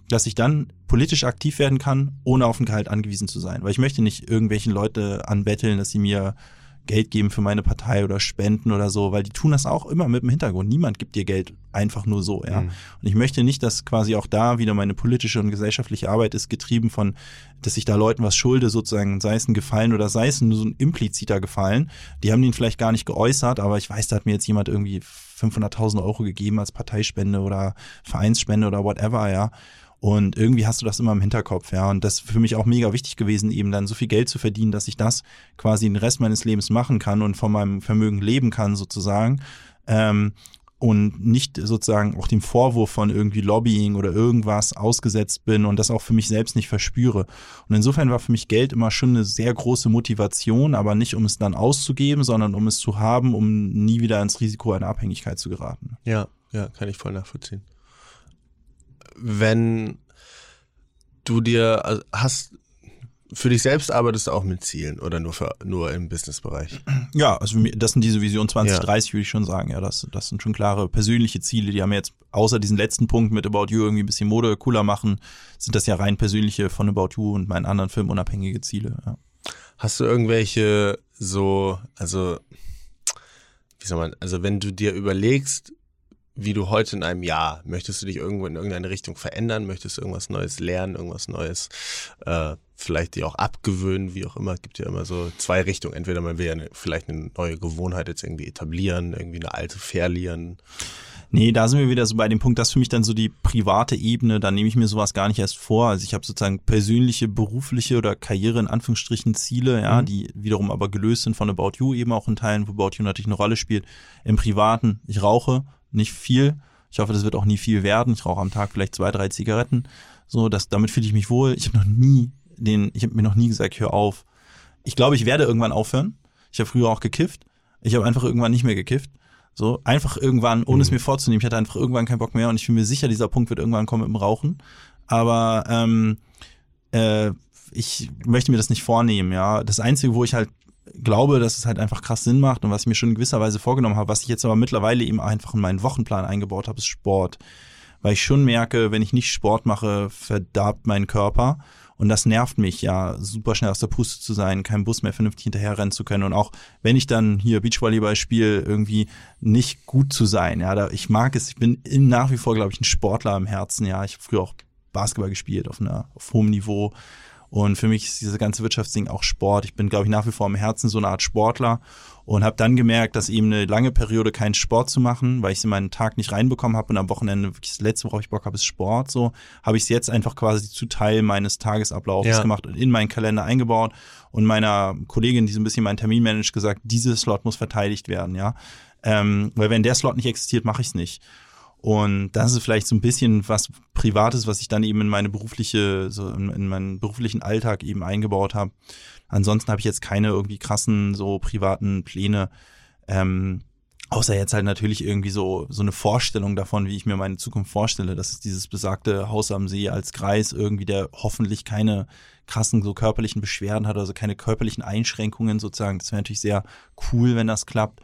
dass ich dann politisch aktiv werden kann, ohne auf ein Gehalt angewiesen zu sein. Weil ich möchte nicht irgendwelchen Leute anbetteln, dass sie mir Geld geben für meine Partei oder spenden oder so, weil die tun das auch immer mit dem Hintergrund. Niemand gibt dir Geld einfach nur so, ja. Mhm. Und ich möchte nicht, dass quasi auch da wieder meine politische und gesellschaftliche Arbeit ist getrieben von, dass ich da Leuten was schulde, sozusagen, sei es ein Gefallen oder sei es nur so ein impliziter Gefallen. Die haben den vielleicht gar nicht geäußert, aber ich weiß, da hat mir jetzt jemand irgendwie fünfhunderttausend Euro gegeben als Parteispende oder Vereinsspende oder whatever, ja. Und irgendwie hast du das immer im Hinterkopf, ja. Und das ist für mich auch mega wichtig gewesen, eben dann so viel Geld zu verdienen, dass ich das quasi den Rest meines Lebens machen kann und von meinem Vermögen leben kann, sozusagen. Ähm, und nicht sozusagen auch dem Vorwurf von irgendwie Lobbying oder irgendwas ausgesetzt bin und das auch für mich selbst nicht verspüre. Und insofern war für mich Geld immer schon eine sehr große Motivation, aber nicht, um es dann auszugeben, sondern um es zu haben, um nie wieder ins Risiko einer Abhängigkeit zu geraten. Ja, ja, kann ich voll nachvollziehen. Wenn du dir also hast, für dich selbst arbeitest du auch mit Zielen oder nur für, nur im Businessbereich? Ja, also das sind diese Vision zwanzig dreißig, ja. Würde ich schon sagen. Ja, das, das sind schon klare persönliche Ziele. Die haben jetzt außer diesen letzten Punkt mit About You irgendwie ein bisschen Mode cooler machen, sind das ja rein persönliche von About You und meinen anderen Filmen unabhängige Ziele. Ja. Hast du irgendwelche so, also wie soll man, also wenn du dir überlegst, wie du heute in einem Jahr, möchtest du dich irgendwo in irgendeine Richtung verändern, möchtest du irgendwas Neues lernen, irgendwas Neues äh, vielleicht dir auch abgewöhnen, wie auch immer, es gibt ja immer so zwei Richtungen, entweder man will ja eine, vielleicht eine neue Gewohnheit jetzt irgendwie etablieren, irgendwie eine alte verlieren. Nee, da sind wir wieder so bei dem Punkt, das ist für mich dann so die private Ebene, da nehme ich mir sowas gar nicht erst vor. Also ich habe sozusagen persönliche, berufliche oder Karriere in Anführungsstrichen Ziele, ja, mhm. die wiederum aber gelöst sind von About You eben auch in Teilen, wo About You natürlich eine Rolle spielt. Im Privaten, ich rauche, nicht viel. Ich hoffe, das wird auch nie viel werden. Ich rauche am Tag vielleicht zwei, drei Zigaretten. So, das, damit fühle ich mich wohl. Ich habe noch nie den, ich habe mir noch nie gesagt, hör auf. Ich glaube, ich werde irgendwann aufhören. Ich habe früher auch gekifft. Ich habe einfach irgendwann nicht mehr gekifft. So, einfach irgendwann, ohne mhm. es mir vorzunehmen. Ich hatte einfach irgendwann keinen Bock mehr und ich bin mir sicher, dieser Punkt wird irgendwann kommen mit dem Rauchen. Aber ähm, äh, ich möchte mir das nicht vornehmen, ja. Das Einzige, wo ich halt glaube, dass es halt einfach krass Sinn macht und was ich mir schon in gewisser Weise vorgenommen habe, was ich jetzt aber mittlerweile eben einfach in meinen Wochenplan eingebaut habe, ist Sport. Weil ich schon merke, wenn ich nicht Sport mache, verdarbt mein Körper und das nervt mich ja, super schnell aus der Puste zu sein, keinen Bus mehr vernünftig hinterherrennen zu können und auch wenn ich dann hier Beachvolleyball spiele, irgendwie nicht gut zu sein. Ja, da, ich mag es, ich bin nach wie vor, glaube ich, ein Sportler im Herzen. Ja, ich habe früher auch Basketball gespielt auf einer auf hohem Niveau. Und für mich ist dieses ganze Wirtschaftsding auch Sport. Ich bin, glaube ich, nach wie vor im Herzen so eine Art Sportler und habe dann gemerkt, dass eben eine lange Periode keinen Sport zu machen, weil ich es in meinen Tag nicht reinbekommen habe und am Wochenende wirklich das Letzte, worauf ich Bock habe, ist Sport. So habe ich es jetzt einfach quasi zu Teil meines Tagesablaufs ja. gemacht und in meinen Kalender eingebaut und meiner Kollegin, die so ein bisschen meinen Termin managt, gesagt, dieser Slot muss verteidigt werden, ja, ähm, weil wenn der Slot nicht existiert, mache ich es nicht. Und das ist vielleicht so ein bisschen was Privates, was ich dann eben in meine berufliche, so in, in meinen beruflichen Alltag eben eingebaut habe. Ansonsten habe ich jetzt keine irgendwie krassen so privaten Pläne, ähm, außer jetzt halt natürlich irgendwie so so eine Vorstellung davon, wie ich mir meine Zukunft vorstelle. Das ist dieses besagte Haus am See als Greis irgendwie, der hoffentlich keine krassen so körperlichen Beschwerden hat, also keine körperlichen Einschränkungen sozusagen. Das wäre natürlich sehr cool, wenn das klappt.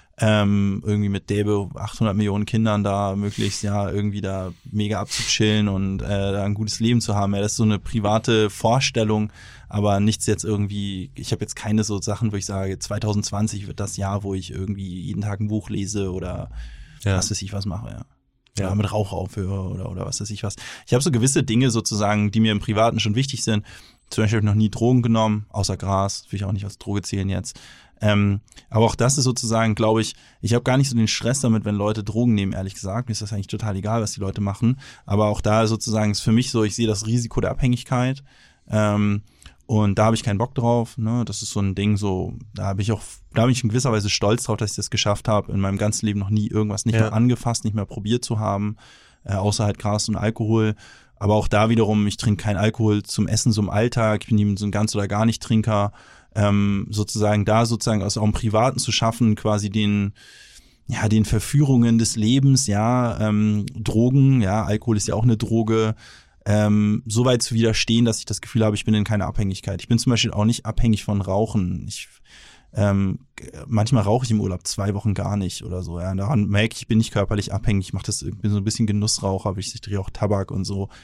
Ähm, irgendwie mit Däbe achthundert Millionen Kindern da möglichst ja irgendwie da mega abzuchillen und äh, da ein gutes Leben zu haben. Ja, das ist so eine private Vorstellung, aber nichts jetzt irgendwie, ich habe jetzt keine so Sachen, wo ich sage, zwanzig zwanzig wird das Jahr, wo ich irgendwie jeden Tag ein Buch lese oder ja. was weiß ich was mache, ja. Ja, oder mit Rauch aufhöre oder, oder was weiß ich was. Ich habe so gewisse Dinge sozusagen, die mir im Privaten schon wichtig sind. Zum Beispiel habe ich noch nie Drogen genommen, außer Gras, will ich auch nicht als Droge zählen jetzt. Ähm, aber auch das ist sozusagen, glaube ich, ich habe gar nicht so den Stress damit, wenn Leute Drogen nehmen, ehrlich gesagt. Mir ist das eigentlich total egal, was die Leute machen. Aber auch da sozusagen ist für mich so, ich sehe das Risiko der Abhängigkeit. Ähm, und da habe ich keinen Bock drauf. Ne? Das ist so ein Ding, so, da habe ich auch, da bin ich in gewisser Weise stolz drauf, dass ich das geschafft habe, in meinem ganzen Leben noch nie irgendwas nicht ja. mehr angefasst, nicht mehr probiert zu haben, äh, außer halt Gras und Alkohol. Aber auch da wiederum, ich trinke keinen Alkohol zum Essen, so im Alltag. Ich bin eben so ein ganz oder gar nicht Trinker. Ähm, sozusagen da sozusagen aus auch im Privaten zu schaffen, quasi den, ja, den Verführungen des Lebens, ja, ähm, Drogen, ja, Alkohol ist ja auch eine Droge, ähm, so weit zu widerstehen, dass ich das Gefühl habe, ich bin in keiner Abhängigkeit. Ich bin zum Beispiel auch nicht abhängig von Rauchen. Ich, ähm, manchmal rauche ich im Urlaub zwei Wochen gar nicht oder so, ja, daran merke ich, ich bin nicht körperlich abhängig, ich mache das, bin so ein bisschen Genussraucher, aber ich rieche auch Tabak und so.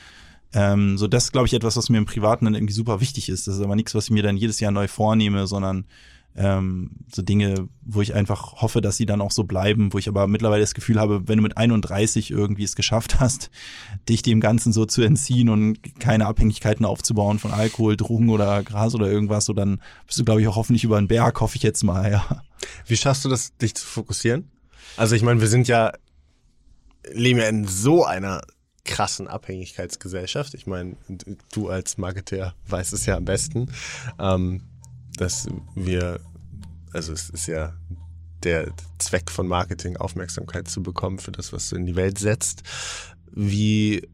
Ähm, so, das ist, glaube ich, etwas, was mir im Privaten dann irgendwie super wichtig ist. Das ist aber nichts, was ich mir dann jedes Jahr neu vornehme, sondern ähm, so Dinge, wo ich einfach hoffe, dass sie dann auch so bleiben, wo ich aber mittlerweile das Gefühl habe, wenn du mit einunddreißig irgendwie es geschafft hast, dich dem Ganzen so zu entziehen und keine Abhängigkeiten aufzubauen von Alkohol, Drogen oder Gras oder irgendwas, so dann bist du, glaube ich, auch hoffentlich über einen Berg, hoffe ich jetzt mal, ja. Wie schaffst du das, dich zu fokussieren? Also ich meine, wir sind ja, leben ja in so einer krassen Abhängigkeitsgesellschaft. Ich meine, du als Marketer weißt es ja am besten, ähm, dass wir, also es ist ja der Zweck von Marketing, Aufmerksamkeit zu bekommen für das, was du in die Welt setzt. Wie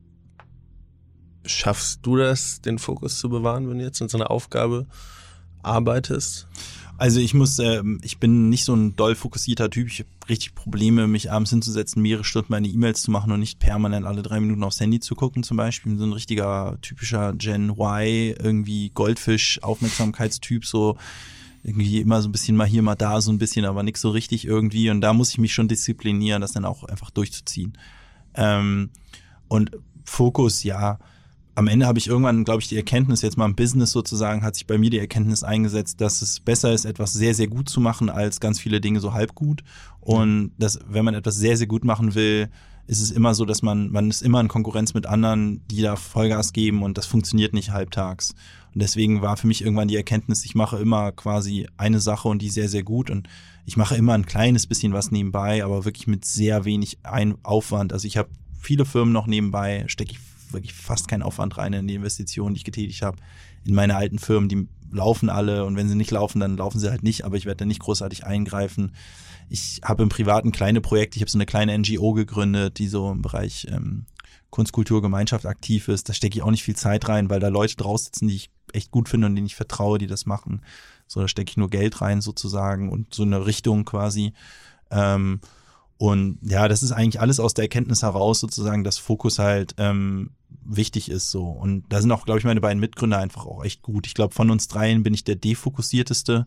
schaffst du das, den Fokus zu bewahren, wenn du jetzt in so einer Aufgabe arbeitest? Also ich muss, äh, ich bin nicht so ein doll fokussierter Typ. Ich habe richtig Probleme, mich abends hinzusetzen, mehrere Stunden meine E-Mails zu machen und nicht permanent alle drei Minuten aufs Handy zu gucken zum Beispiel. Ich bin so ein richtiger typischer Gen Y, irgendwie Goldfisch-Aufmerksamkeitstyp, so irgendwie immer so ein bisschen mal hier, mal da, so ein bisschen, aber nix so richtig irgendwie. Und da muss ich mich schon disziplinieren, das dann auch einfach durchzuziehen. Ähm, und Fokus, ja, am Ende habe ich irgendwann, glaube ich, die Erkenntnis, jetzt mal im Business sozusagen, hat sich bei mir die Erkenntnis eingesetzt, dass es besser ist, etwas sehr, sehr gut zu machen, als ganz viele Dinge so halb gut. Und dass, wenn man etwas sehr, sehr gut machen will, ist es immer so, dass man, man ist immer in Konkurrenz mit anderen, die da Vollgas geben und das funktioniert nicht halbtags. Und deswegen war für mich irgendwann die Erkenntnis, ich mache immer quasi eine Sache und die sehr, sehr gut und ich mache immer ein kleines bisschen was nebenbei, aber wirklich mit sehr wenig Ein- Aufwand. Also ich habe viele Firmen noch nebenbei, stecke ich wirklich fast keinen Aufwand rein in die Investitionen, die ich getätigt habe. In meine alten Firmen, die laufen alle und wenn sie nicht laufen, dann laufen sie halt nicht, aber ich werde da nicht großartig eingreifen. Ich habe im Privaten kleine Projekte, ich habe so eine kleine N G O gegründet, die so im Bereich ähm, Kunst, Kultur, Gemeinschaft aktiv ist. Da stecke ich auch nicht viel Zeit rein, weil da Leute draus sitzen, die ich echt gut finde und denen ich vertraue, die das machen. So, da stecke ich nur Geld rein sozusagen und so eine Richtung quasi. Ähm, und ja, das ist eigentlich alles aus der Erkenntnis heraus sozusagen, dass Fokus halt ähm, wichtig ist so. Und da sind auch, glaube ich, meine beiden Mitgründer einfach auch echt gut. Ich glaube, von uns dreien bin ich der defokussierteste.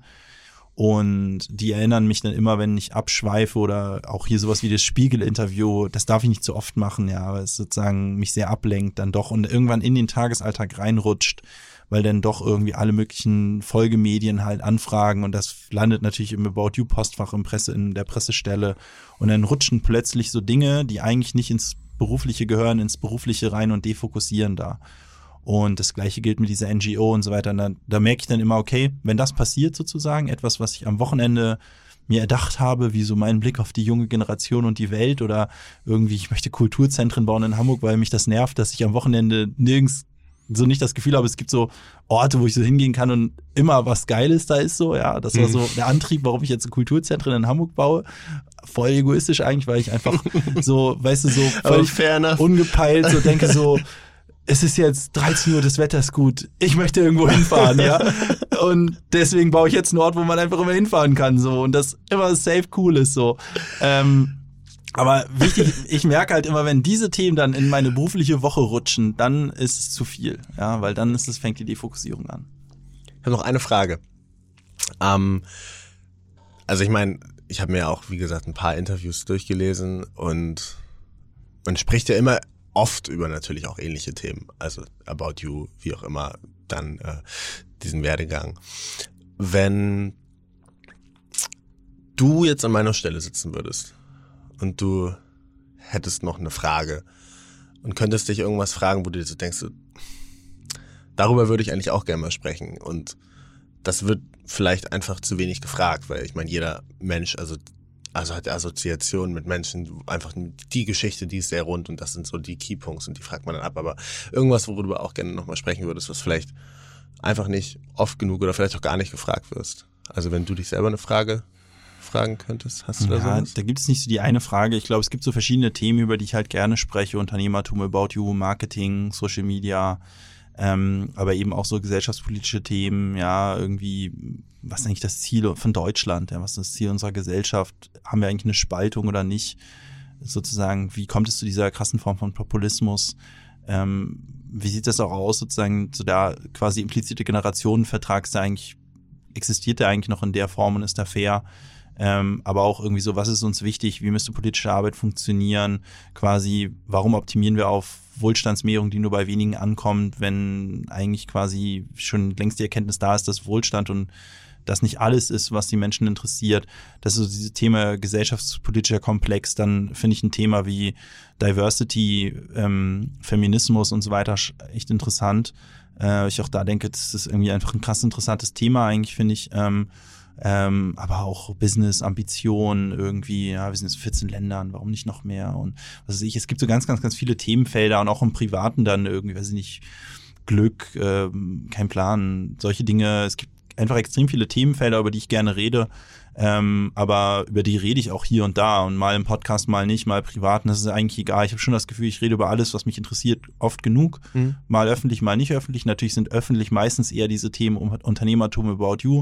Und die erinnern mich dann immer, wenn ich abschweife oder auch hier sowas wie das Spiegel-Interview, das darf ich nicht zu oft machen, ja, weil es sozusagen mich sehr ablenkt dann doch und irgendwann in den Tagesalltag reinrutscht, weil dann doch irgendwie alle möglichen Folgemedien halt anfragen und das landet natürlich im About You Postfach im Presse, in der Pressestelle und dann rutschen plötzlich so Dinge, die eigentlich nicht ins Berufliche gehören, ins Berufliche rein und defokussieren da. Und das Gleiche gilt mit dieser N G O und so weiter. Und da, da merke ich dann immer, okay, wenn das passiert sozusagen, etwas, was ich am Wochenende mir erdacht habe, wie so mein Blick auf die junge Generation und die Welt oder irgendwie, ich möchte Kulturzentren bauen in Hamburg, weil mich das nervt, dass ich am Wochenende nirgends so nicht das Gefühl habe, es gibt so Orte, wo ich so hingehen kann und immer was Geiles da ist so, ja, das war so der Antrieb, warum ich jetzt Kulturzentren in Hamburg baue. Voll egoistisch eigentlich, weil ich einfach so, weißt du, so völlig ungepeilt so denke so, es ist jetzt dreizehn Uhr, das Wetter ist gut, ich möchte irgendwo hinfahren, ja. Und deswegen baue ich jetzt einen Ort, wo man einfach immer hinfahren kann, so. Und das immer safe cool ist, so. Ähm, aber wichtig, ich merke halt immer, wenn diese Themen dann in meine berufliche Woche rutschen, dann ist es zu viel, ja. Weil dann ist es, fängt die Defokussierung an. Ich habe noch eine Frage. Ähm, also ich meine, ich habe mir auch, wie gesagt, ein paar Interviews durchgelesen und man spricht ja immer oft über natürlich auch ähnliche Themen, also About You, wie auch immer, dann äh, diesen Werdegang. Wenn du jetzt an meiner Stelle sitzen würdest und du hättest noch eine Frage und könntest dich irgendwas fragen, wo du dir so denkst, darüber würde ich eigentlich auch gerne mal sprechen und das wird vielleicht einfach zu wenig gefragt, weil ich meine, jeder Mensch, also Also hat Assoziationen mit Menschen, einfach die Geschichte, die ist sehr rund und das sind so die Keypunkts und die fragt man dann ab. Aber irgendwas, worüber du auch gerne nochmal sprechen würdest, was vielleicht einfach nicht oft genug oder vielleicht auch gar nicht gefragt wirst. Also wenn du dich selber eine Frage fragen könntest, hast du da ja, sowas? Da gibt es nicht so die eine Frage. Ich glaube, es gibt so verschiedene Themen, über die ich halt gerne spreche. Unternehmertum, About You, Marketing, Social Media, ähm, aber eben auch so gesellschaftspolitische Themen, ja, irgendwie, was ist eigentlich das Ziel von Deutschland, ja, was ist das Ziel unserer Gesellschaft, haben wir eigentlich eine Spaltung oder nicht, sozusagen, wie kommt es zu dieser krassen Form von Populismus, ähm, wie sieht das auch aus, sozusagen, so der quasi implizite Generationenvertrag, ist der eigentlich, existiert der eigentlich noch in der Form und ist der fair, ähm, aber auch irgendwie so, was ist uns wichtig, wie müsste politische Arbeit funktionieren, quasi, warum optimieren wir auf Wohlstandsmehrung, die nur bei wenigen ankommt, wenn eigentlich quasi schon längst die Erkenntnis da ist, dass Wohlstand und das nicht alles ist, was die Menschen interessiert. Das ist so dieses Thema gesellschaftspolitischer Komplex. Dann finde ich ein Thema wie Diversity, ähm, Feminismus und so weiter echt interessant. Äh, ich auch da denke, das ist irgendwie einfach ein krass interessantes Thema eigentlich, finde ich. Ähm, ähm, aber auch Business, Ambition irgendwie, ja, wir sind jetzt vierzehn Ländern, warum nicht noch mehr? Und was weiß ich, es gibt so ganz, ganz, ganz viele Themenfelder und auch im Privaten dann irgendwie, weiß ich nicht, Glück, ähm, kein Plan, solche Dinge. Es gibt einfach extrem viele Themenfelder, über die ich gerne rede, ähm, aber über die rede ich auch hier und da und mal im Podcast, mal nicht, mal privat. Und das ist eigentlich egal. Ich habe schon das Gefühl, ich rede über alles, was mich interessiert, oft genug. Mhm. Mal öffentlich, mal nicht öffentlich. Natürlich sind öffentlich meistens eher diese Themen um Unternehmertum, About You.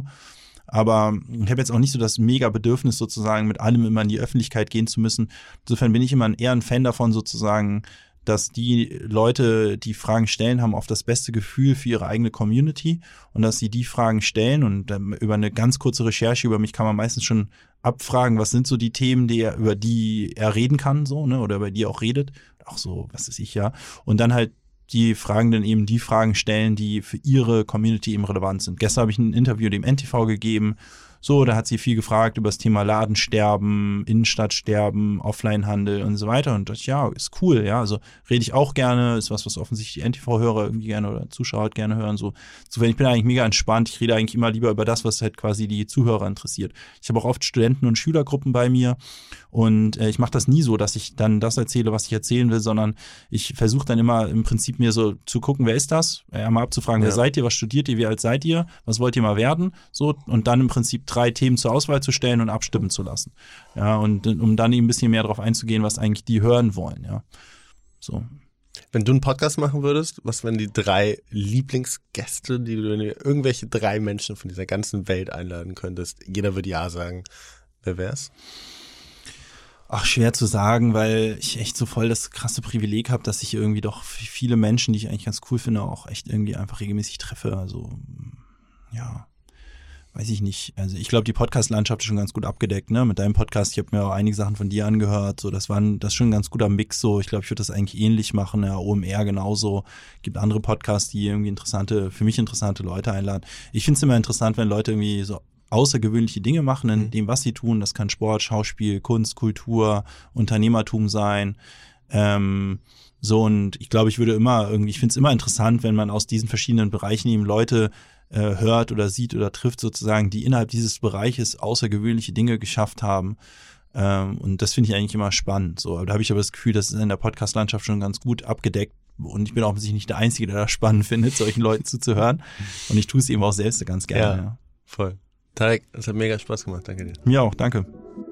Aber ich habe jetzt auch nicht so das mega Bedürfnis, sozusagen mit allem immer in die Öffentlichkeit gehen zu müssen. Insofern bin ich immer eher ein Fan davon, sozusagen, dass die Leute, die Fragen stellen, haben oft das beste Gefühl für ihre eigene Community und dass sie die Fragen stellen und ähm, über eine ganz kurze Recherche über mich kann man meistens schon abfragen, was sind so die Themen, die er, über die er reden kann, so, ne, oder über die er auch redet, auch so, was weiß ich, ja, und dann halt die Fragenden eben die Fragen stellen, die für ihre Community eben relevant sind. Gestern habe ich ein Interview dem N T V gegeben. So, da hat sie viel gefragt über das Thema Ladensterben, Innenstadtsterben, Offlinehandel und so weiter. Und das, ja, ist cool, ja. Also rede ich auch gerne, ist was, was offensichtlich die N T V-Hörer irgendwie gerne oder Zuschauer halt gerne hören. So, insofern, ich bin eigentlich mega entspannt. Ich rede eigentlich immer lieber über das, was halt quasi die Zuhörer interessiert. Ich habe auch oft Studenten- und Schülergruppen bei mir und äh, ich mache das nie so, dass ich dann das erzähle, was ich erzählen will, sondern ich versuche dann immer im Prinzip mir so zu gucken, wer ist das? Ja, mal abzufragen, ja. Wer seid ihr, was studiert ihr, wie alt seid ihr, was wollt ihr mal werden? So, und dann im Prinzip drei Themen zur Auswahl zu stellen und abstimmen zu lassen. Ja, und um dann eben ein bisschen mehr darauf einzugehen, was eigentlich die hören wollen, ja. So. Wenn du einen Podcast machen würdest, was wären die drei Lieblingsgäste, die du irgendwelche drei Menschen von dieser ganzen Welt einladen könntest? Jeder würde ja sagen. Wer wär's? Ach, schwer zu sagen, weil ich echt so voll das krasse Privileg habe, dass ich irgendwie doch viele Menschen, die ich eigentlich ganz cool finde, auch echt irgendwie einfach regelmäßig treffe. Also, ja. Weiß ich nicht. Also ich glaube, die Podcast-Landschaft ist schon ganz gut abgedeckt, ne? Mit deinem Podcast, ich habe mir auch einige Sachen von dir angehört. So, das war ein, das ist schon ein ganz guter Mix. So, ich glaube, ich würde das eigentlich ähnlich machen. Ja, O M R genauso. Gibt andere Podcasts, die irgendwie interessante, für mich interessante Leute einladen. Ich finde es immer interessant, wenn Leute irgendwie so außergewöhnliche Dinge machen in dem, was sie tun. Das kann Sport, Schauspiel, Kunst, Kultur, Unternehmertum sein. Ähm, so, und ich glaube, ich würde immer irgendwie, ich finde es immer interessant, wenn man aus diesen verschiedenen Bereichen eben Leute hört oder sieht oder trifft sozusagen, die innerhalb dieses Bereiches außergewöhnliche Dinge geschafft haben. Ähm, und das finde ich eigentlich immer spannend. So, da habe ich aber das Gefühl, das ist in der Podcast-Landschaft schon ganz gut abgedeckt. Und ich bin auch nicht der Einzige, der das spannend findet, solchen Leuten zuzuhören. Und ich tue es eben auch selbst ganz gerne. Ja, ja. Voll. Tarek, es hat mega Spaß gemacht. Danke dir. Mir auch, danke.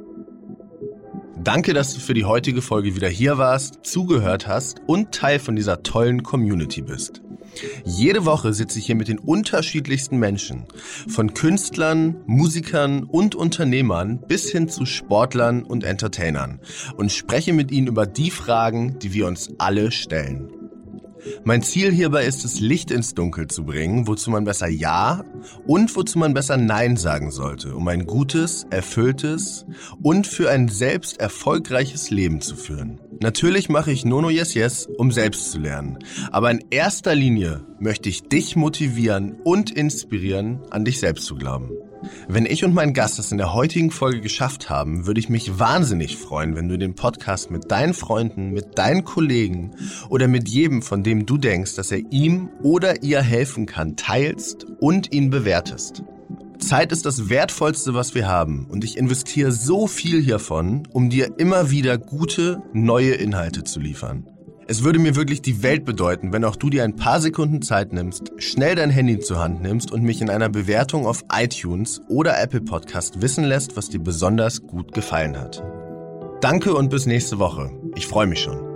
Danke, dass du für die heutige Folge wieder hier warst, zugehört hast und Teil von dieser tollen Community bist. Jede Woche sitze ich hier mit den unterschiedlichsten Menschen, von Künstlern, Musikern und Unternehmern bis hin zu Sportlern und Entertainern und spreche mit ihnen über die Fragen, die wir uns alle stellen. Mein Ziel hierbei ist es, Licht ins Dunkel zu bringen, wozu man besser Ja und wozu man besser Nein sagen sollte, um ein gutes, erfülltes und für ein selbst erfolgreiches Leben zu führen. Natürlich mache ich Nono Yes Yes, um selbst zu lernen. Aber in erster Linie möchte ich dich motivieren und inspirieren, an dich selbst zu glauben. Wenn ich und mein Gast es in der heutigen Folge geschafft haben, würde ich mich wahnsinnig freuen, wenn du den Podcast mit deinen Freunden, mit deinen Kollegen oder mit jedem, von dem du denkst, dass er ihm oder ihr helfen kann, teilst und ihn bewertest. Zeit ist das Wertvollste, was wir haben, und ich investiere so viel hiervon, um dir immer wieder gute, neue Inhalte zu liefern. Es würde mir wirklich die Welt bedeuten, wenn auch du dir ein paar Sekunden Zeit nimmst, schnell dein Handy zur Hand nimmst und mich in einer Bewertung auf iTunes oder Apple Podcast wissen lässt, was dir besonders gut gefallen hat. Danke und bis nächste Woche. Ich freue mich schon.